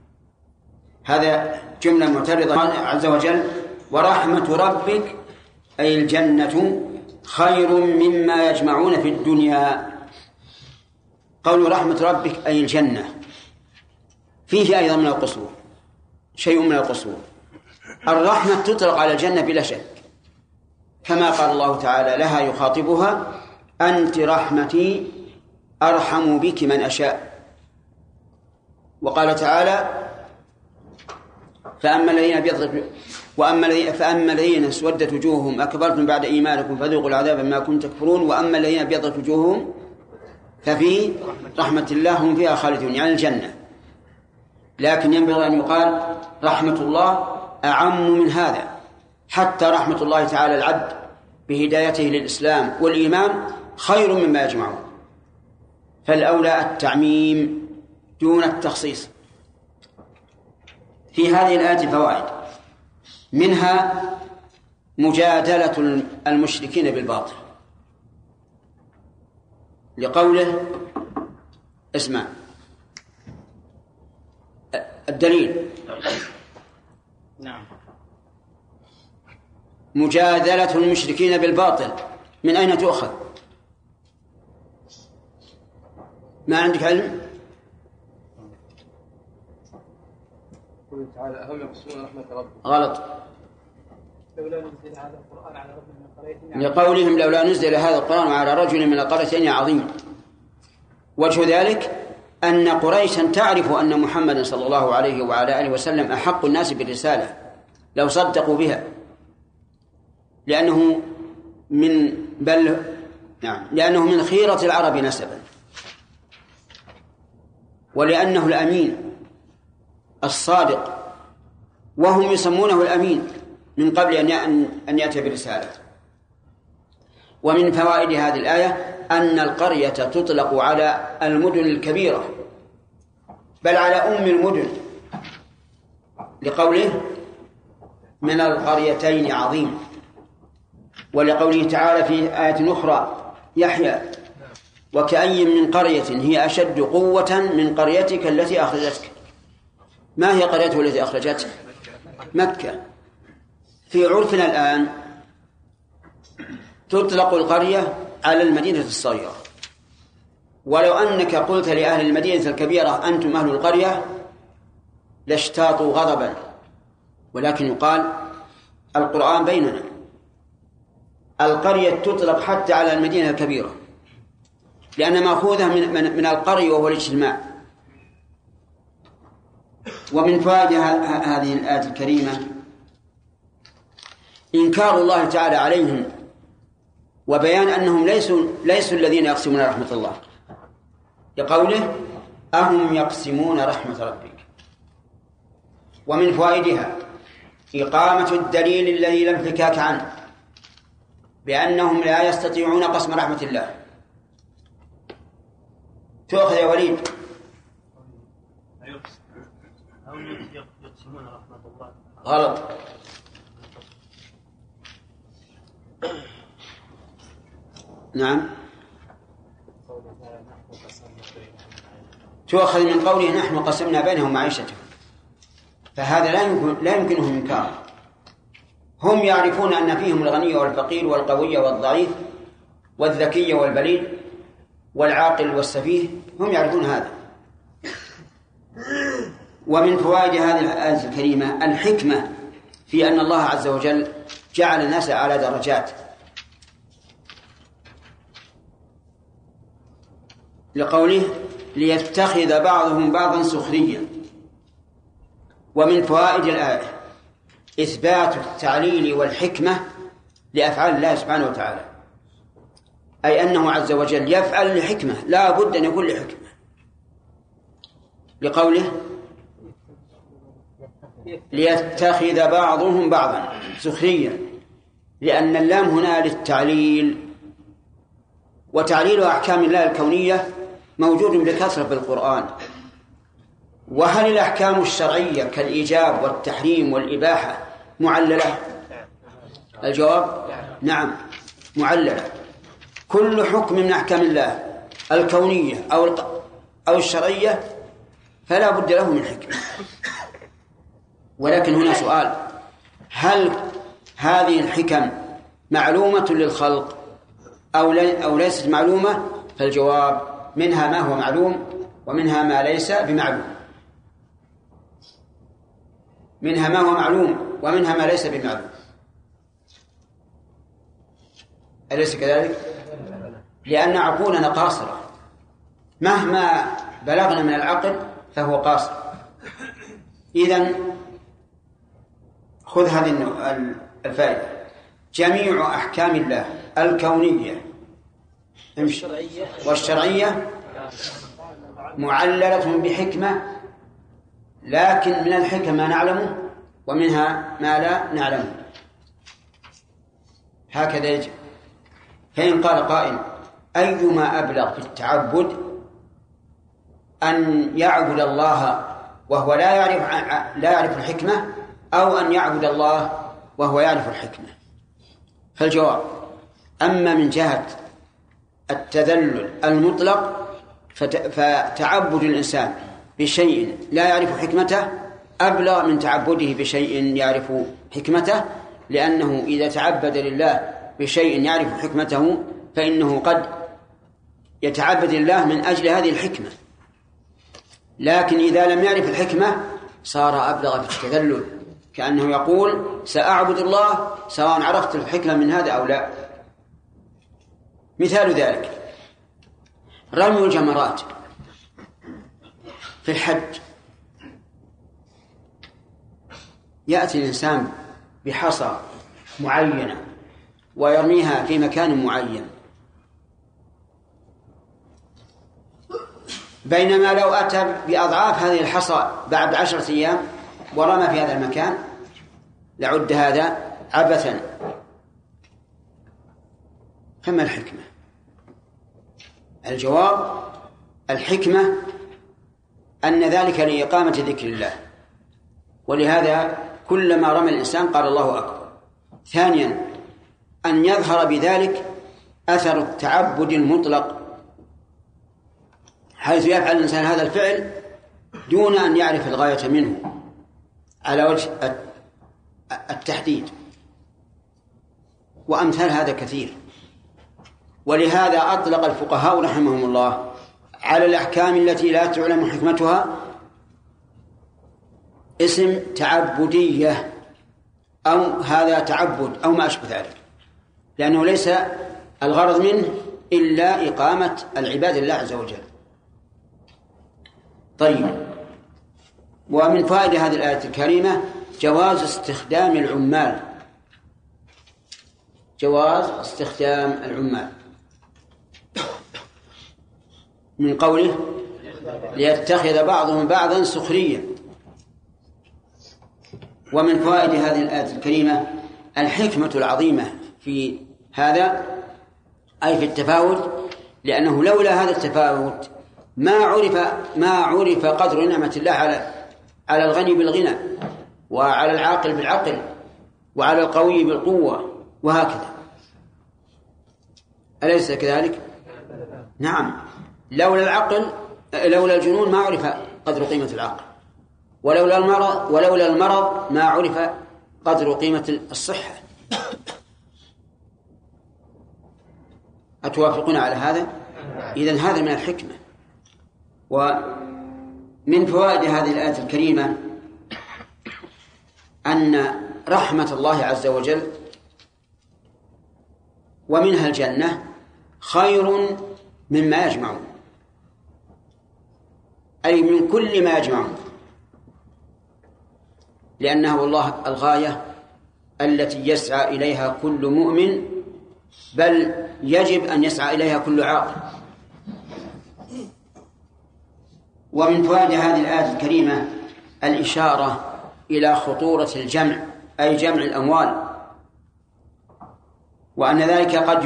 هذا جملة معترضة عز وجل: ورحمة ربك أي الجنة خير مما يجمعون في الدنيا. قول رحمة ربك أي الجنة فيه أيضا من القصور شيء من القصور. الرحمة تطلق على الجنة بلا شك، كما قال الله تعالى لها يخاطبها: أنت رحمتي أرحم بك من أشاء. وقال تعالى: فأما الذين اسودت وجوههم أكبرتم بعد إيمانكم فذوقوا العذاب بما كنتم تكفرون وأما الذين ابيضت وجوههم ففي رحمة الله هم فيها خالدون، يعني الجنة. لكن ينبغي أن يقال رحمة الله أعم من هذا، حتى رحمة الله تعالى العبد بهدايته للإسلام والإيمان خير مما يجمعون، فالأولى التعميم دون التخصيص. في هذه الآية فوائد، منها مجادلة المشركين بالباطل، لقوله اسمع الدليل. نعم. مجادلة المشركين بالباطل من أين تؤخذ؟ ما عندك علم؟ قوله تعالى: أهم يقسمون رحمة ربك. غلط. لولا نزل هذا القرآن على رجل من القريتين. لقولهم لولا نزل هذا القرآن على رجل من القريتين عظيم. وجه ذلك أن قريشا تعرف أن محمد صلى الله عليه وعلى آله وسلم أحق الناس بالرسالة لو صدقوا بها، لأنه من خيرة العرب نسبا، ولأنه الأمين الصادق، وهم يسمونه الأمين من قبل أن يأتي برسالة. ومن فوائد هذه الآية أن القرية تطلق على المدن الكبيرة، بل على أم المدن، لقوله من القريتين عظيم، ولقوله تعالى في آية أخرى يحيى: وكأي من قرية هي أشد قوة من قريتك التي أخرجتك. ما هي قريته التي أخرجتك؟ مكة. في عرفنا الآن تطلق القرية على المدينة الصغيرة، ولو أنك قلت لأهل المدينة الكبيرة أنتم أهل القرية لاشتاطوا غضبا، ولكن يقال القرآن بيننا، القرية تطلق حتى على المدينة الكبيرة، لأن مأخوذة من القرية وهو الاجتماع. ومن فوائد هذه الآية الكريمة إنكار الله تعالى عليهم، وبيان أنهم ليسوا الذين يقسمون رحمة الله، لقوله أهم يقسمون رحمة ربك. ومن فوائدها إقامة الدليل الذي لا انفكاك عنه، بأنهم لا يستطيعون قسم رحمة الله. تؤخذ يا وليد. غلط. نعم، تؤخذ من قوله نحن قسمنا بينهم معيشتهم، فهذا لا يمكنهم إنكار. هم يعرفون أن فيهم الغني والفقير والقوي والضعيف والذكي والبليد والعاقل والسفيه، هم يعرفون هذا. ومن فوائد هذه الآية الكريمة الحكمة في أن الله عز وجل جعل الناس على درجات، لقوله ليتخذ بعضهم بعضا سخريا. ومن فوائد الآية إثبات التعليل والحكمة لأفعال الله سبحانه وتعالى، أي أنه عز وجل يفعل لحكمة، لا بد أن يكون لحكمة، لقوله ليتخذ بعضهم بعضا سخريا، لأن اللام هنا للتعليل، وتعليل أحكام الله الكونية موجود بكثرة في القرآن. وهل الأحكام الشرعية كالإيجاب والتحريم والإباحة معللة؟ الجواب نعم معللة. كل حكم من أحكام الله الكونية أو الشرعية فلا بد له من حكمة. ولكن هنا سؤال: هل هذه الحكم معلومة للخلق أو ليست معلومة؟ فالجواب منها ما هو معلوم ومنها ما ليس بمعلوم، منها ما هو معلوم ومنها ما ليس بمعلوم، أليس كذلك؟ لأن عقولنا قاصرة، مهما بلغنا من العقل فهو قاصر. إذن خذ هذه الفائدة: جميع أحكام الله الكونية والشرعية معللة بحكمة، لكن من الحكمة ما نعلمه ومنها ما لا نعلمه، هكذا يجب. فإن قال قائل: أيما أبلغ في التعبد، أن يعبد الله وهو لا يعرف الحكمة، أو أن يعبد الله وهو يعرف الحكمة؟ فالجواب: أما من جهة التذلل المطلق فتعبد الإنسان بشيء لا يعرف حكمته أبلغ من تعبده بشيء يعرف حكمته، لأنه إذا تعبد لله بشيء يعرف حكمته فإنه قد يتعبد الله من أجل هذه الحكمة، لكن إذا لم يعرف الحكمة صار أبلغ في التذلل، كأنه يقول سأعبد الله سواء عرفت الحكمة من هذا أو لا. مثال ذلك رمي الجمرات في الحج. يأتي الإنسان بحصى معينة ويرميها في مكان معين، بينما لو أتى بأضعاف هذه الحصى بعد 10 أيام ورمى في هذا المكان لعد هذا عبثا. فما الحكمة؟ الجواب: الحكمة أن ذلك لإقامة ذكر الله، ولهذا كلما رمى الإنسان قال الله أكبر. ثانيا أن يظهر بذلك أثر التعبد المطلق، حيث يفعل الإنسان هذا الفعل دون أن يعرف الغاية منه على وجه التحديد، وأمثال هذا كثير. ولهذا أطلق الفقهاء رحمهم الله على الأحكام التي لا تعلم حكمتها اسم تعبدية، أو هذا تعبد أو ما أشبه ذلك، لأنه ليس الغرض منه إلا إقامة العباد لله عز وجل. طيب، ومن فوائد هذه الآية الكريمة جواز استخدام العمال، جواز استخدام العمال من قوله ليتخذ بعضهم بعضا سخريا. ومن فوائد هذه الآية الكريمة الحكمة العظيمة في هذا أي في التفاوت، لأنه لولا هذا التفاوت ما عرف قدر نعمة الله على الغني بالغنى، وعلى العاقل بالعقل، وعلى القوي بالقوة، وهكذا. أليس كذلك؟ نعم. لولا الجنون ما عرف قدر قيمة العقل، ولولا المرض ما عرف قدر قيمة الصحة. أتوافقون على هذا؟ إذن هذا من الحكمة. ومن فوائد هذه الآية الكريمة أن رحمة الله عز وجل ومنها الجنة خير مما يجمعون، أي من كل ما يجمعون، لأنه والله الغاية التي يسعى إليها كل مؤمن، بل يجب أن يسعى إليها كل عاقل. ومن فوائد هذه الآية الكريمة الإشارة إلى خطورة الجمع، أي جمع الأموال، وأن ذلك قد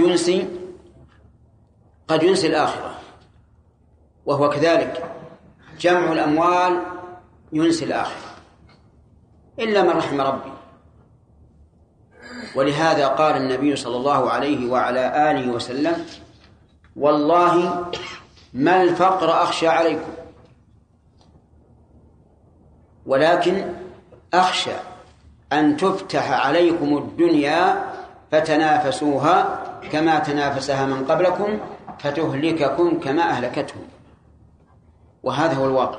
ينسي الآخرة، وهو كذلك جمع الأموال ينسي الآخرة إلا من رحم ربي. ولهذا قال النبي صلى الله عليه وعلى آله وسلم: والله ما الفقر أخشى عليكم، ولكن أخشى أن تفتح عليكم الدنيا فتنافسوها كما تنافسها من قبلكم فتهلككم كما أهلكتهم. وهذا هو الواقع.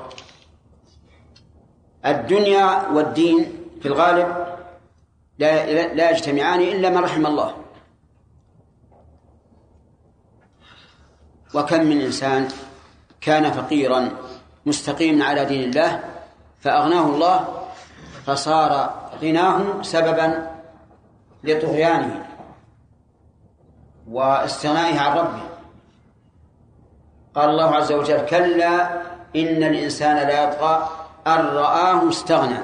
الدنيا والدين في الغالب لا يجتمعان إلا من رحم الله. وكم من إنسان كان فقيرا مستقيما على دين الله فأغناه الله، فصار غناه سببا لطغيانه واستغنائه عن ربه. قال الله عز وجل: كلا إن الإنسان لا يطغى أن رآه استغنى.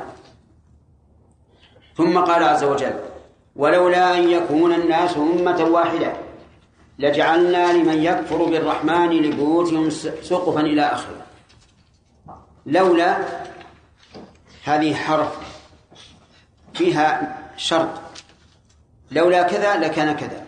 ثم قال عز وجل: ولولا أن يكون الناس أمة واحدة لجعلنا لمن يكفر بالرحمن لبيوتهم سقفا إلى آخره. لولا هذه حرف فيها شرط، لولا كذا لكان كذا،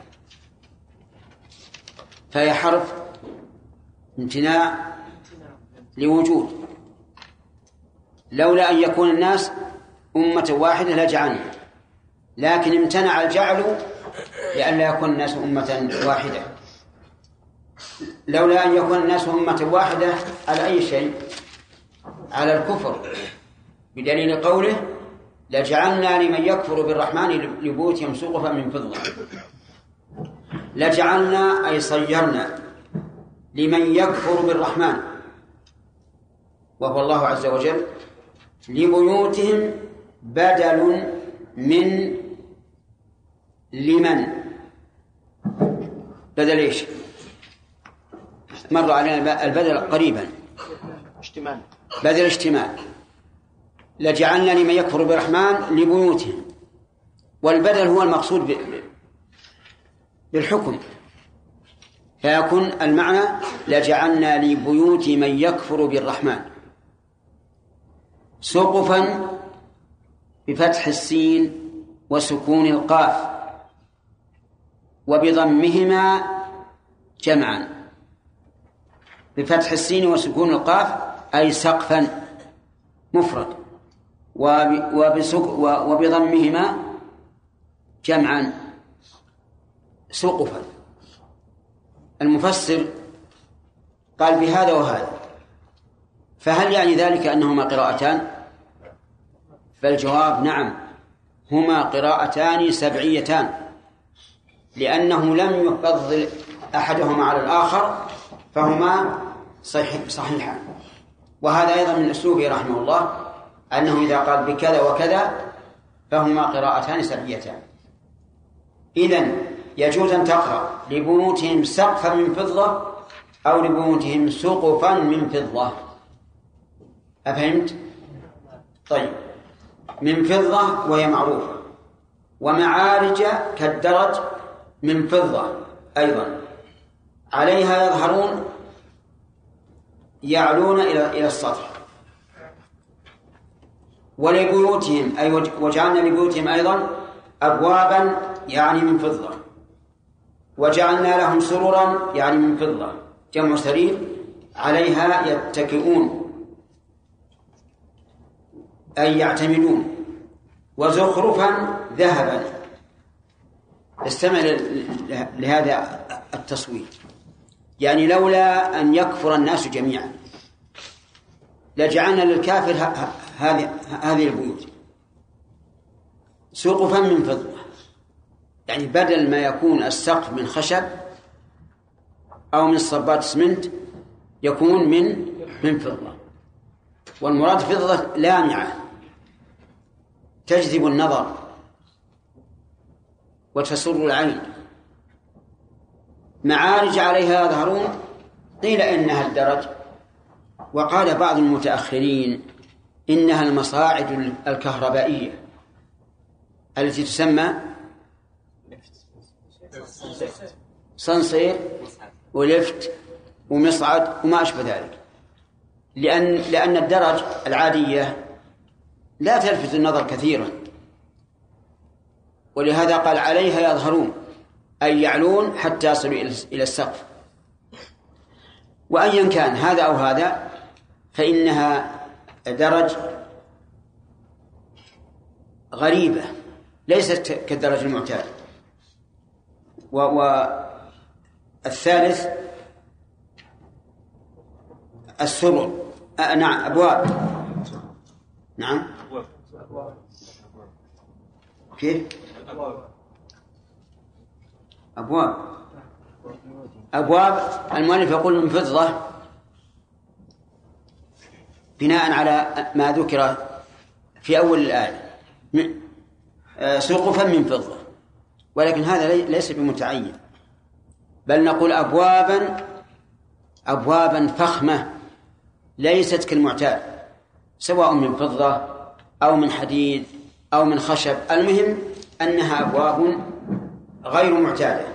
فهي حرف امتناع لوجود. لولا أن يكون الناس أمة واحدة لجعلنا، لكن امتنع الجعل لئلا يكون الناس أمة واحدة. لولا أن يكون الناس أمة واحدة على أي شيء؟ على الكفر، بدليل قوله: لجعلنا لمن يكفر بالرحمن لبيوتهم سقفا من فضة. لجعلنا أي صيرنا لمن يكفر بالرحمن وهو الله عز وجل لبيوتهم بدل من لمن. بدل إيش؟ مر علينا البدل قريبا، اشتمال، بدل اشتمال. لجعلنا لمن يكفر بالرحمن لبيوتهم، والبدل هو المقصود بالحكم، فيكون المعنى: لجعلنا لبيوت من يكفر بالرحمن سقفا بفتح السين وسكون القاف وبضمهما جمعا. بفتح السين وسكون القاف أي سقفا مفرد، وبضمهما جمعا سقفا. المفسر قال بهذا وهذا، فهل يعني ذلك أنهما قراءتان؟ فالجواب: نعم، هما قراءتان سبعيتان، لأنه لم يفضل أحدهما على الآخر، فهما صحيحان. وهذا أيضا من أسلوبه رحمه الله، أنه إذا قال بكذا وكذا فهما قراءتان سبعيتان. إذن يجوز أن تقرأ لبيوتهم سقفا من فضة أو لبيوتهم سقفا من فضة. أفهمت؟ طيب، من فضة وهي معروفة، ومعارج كالدرج من فضة أيضا عليها يظهرون يعلون إلى السطح. ولبيوتهم أي وجعلنا لبيوتهم أيضا أبوابا يعني من فضة، وجعلنا لهم سررا يعني من فضة جمع سرير عليها يتكئون أي يعتمدون، وزخرفا ذهبا. استمع لهذا التصوير، يعني لولا أن يكفر الناس جميعا لجعلنا للكافر هذه البيوت سقفا من فضة، يعني بدل ما يكون السقف من خشب أو من صبات اسمنت يكون من فضة. والمراد فضة لامعة تجذب النظر وتسر العين. معارج عليها يظهرون، قيل إنها الدرج، وقال بعض المتأخرين إنها المصاعد الكهربائية التي تسمى صنصير ولفت ومصعد وما أشبه ذلك، لأن الدرج العادية لا تلفت النظر كثيرا، ولهذا قال عليها يظهرون أي يعلون حتى يصلوا إلى السقف. وأيا كان هذا أو هذا فإنها درج غريبة ليست كالدرج المعتاد. والثالث السرر، نعم أبواب، نعم كيف أبواب المؤلف يقول من فضة بناء على ما ذكر في أول الآية سقفا من فضة، ولكن هذا ليس بمتعين، بل نقول أبوابا فخمة ليست كالمعتاد، سواء من فضة أو من حديد أو من خشب، المهم أنها أبواب غير معتادة.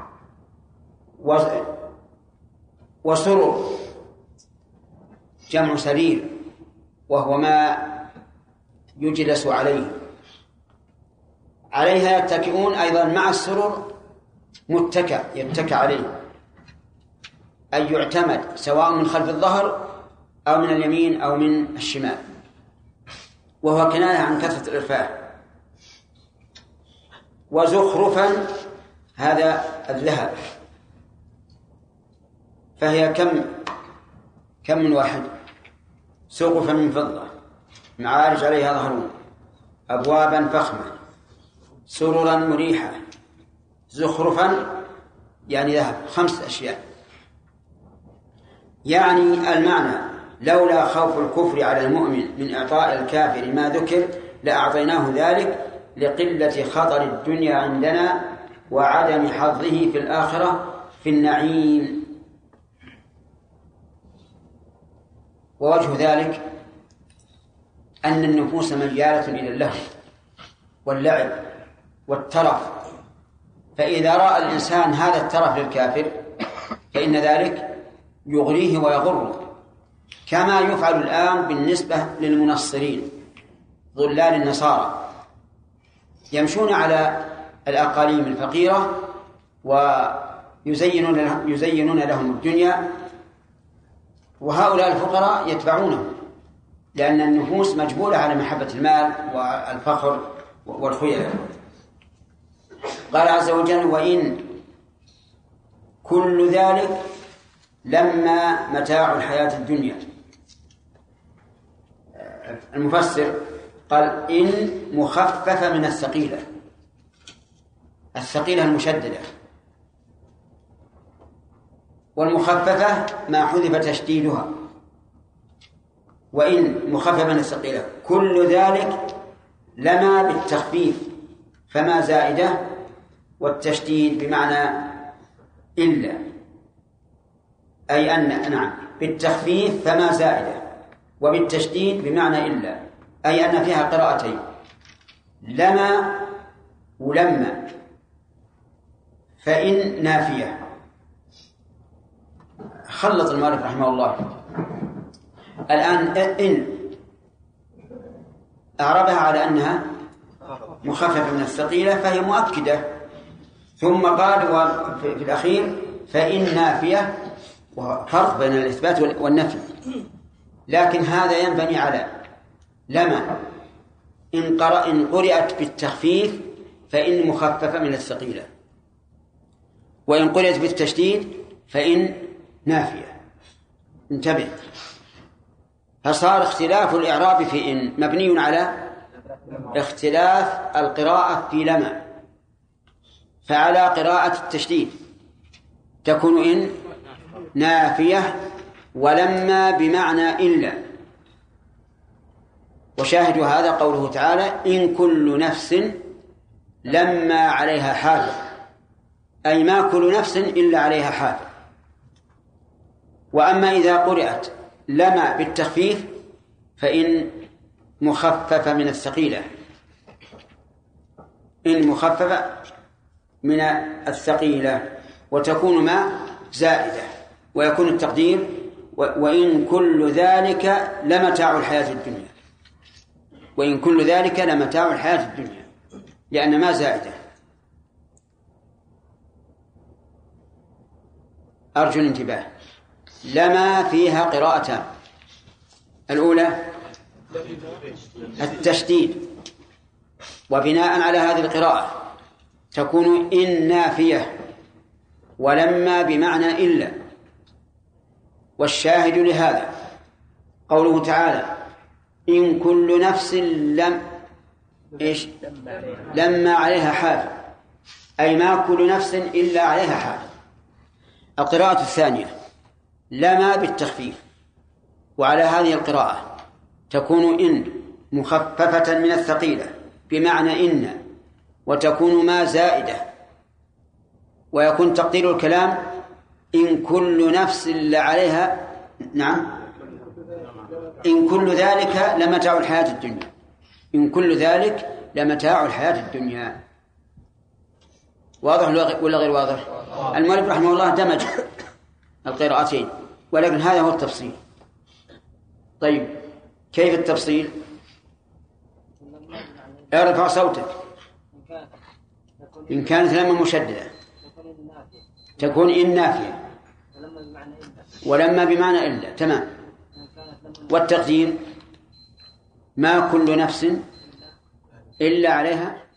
وسرر جمع سرير وهو ما يجلس عليه، عليها يتكئون أيضا مع السرر يتكى عليه أي يعتمد سواء من خلف الظهر أو من اليمين أو من الشمال، وهو كناية عن كثرة الإرفاع. وزخرفا هذا الذهب، فهي كم من واحد؟ سقفا من فضة، معارج عليها يظهرون، أبوابا فخمة، سررا مريحة، زخرفا يعني ذهب، 5 أشياء. يعني المعنى لولا خوف الكفر على المؤمن من إعطاء الكافر ما ذكر لأعطيناه ذلك لقلة خطر الدنيا عندنا وعدم حظه في الآخرة في النعيم. ووجه ذلك أن النفوس ميالة إلى اللهو واللعب والترف، فإذا رأى الإنسان هذا الترف للكافر فإن ذلك يغريه ويغره، كما يفعل الآن بالنسبة للمنصرين ضلال النصارى، يمشون على الأقاليم الفقيرة ويزينون لهم الدنيا، وهؤلاء الفقراء يتبعونهم، لأن النفوس مجبولة على محبة المال والفخر والخيلاء. قال عز وجل وإن كل ذلك لما متاع الحياة الدنيا. المفسر قال إن مخففة من الثقيلة المشددة، والمخففة ما حذف تشديدها، وإن مخففة من الثقيلة كل ذلك لما بالتخفيف فما زائدة، والتشديد بمعنى إلا، أي أن نعم بالتخفيف فما زائدة، وبالتشديد بمعنى إلا، أي أن فيها قراءتين، لما ولما، فإن نافية. خلط المؤلف رحمه الله الآن إن أعربها على أنها مخففة من الثقيلة فهي مؤكدة، ثم قال في الأخير فإن نافية، وفرق بين الإثبات والنفي. لكن هذا ينبني على لما إن قرأت بالتخفيف فإن مخففة من الثقيلة، وإن قرأت بالتشديد فإن نافية. انتبه، فصار اختلاف الإعراب في إن مبني على اختلاف القراءة في لما. فعلى قراءة التشديد تكون إن نافية، ولما بمعنى إلا. وشاهد هذا قوله تعالى إن كل نفس لما عليها حافظ، أي ما كل نفس إلا عليها حافظ. وأما إذا قرأت لما بالتخفيف فإن مخففة من الثقيلة، إن مخففة من الثقيلة، وتكون ما زائدة، ويكون التقدير وإن كل ذلك لمتاع الحياة الدنيا، وإن كل ذلك لمتاع الحياة الدنيا، لأن ما زائدة. أرجو الانتباه، لما فيها قراءتان: الأولى التشديد، وبناء على هذه القراءة تكون إن نافية، ولما بمعنى إلا. والشاهد لهذا قوله تعالى إن كل نفس لما عليها حافظ، أي ما كل نفس إلا عليها حافظ. القراءة الثانية لما بالتخفيف، وعلى هذه القراءة تكون إن مخففة من الثقيلة بمعنى إن، وتكون ما زائدة، ويكون تقدير الكلام إن كل نفس إلا عليها، نعم، إن كل ذلك لمتاع الحياة الدنيا، إن كل ذلك لمتاع الحياة الدنيا. واضح ولا غير واضح؟ المؤلف رحمه الله دمج القراءتين، ولكن هذا هو التفصيل. طيب كيف التفصيل؟ ارفع صوتك. إن كانت لما مشددة تكون إن نافية، ولما بمعنى إلا. تمام. والتقدير ما كل نفس إلا عليها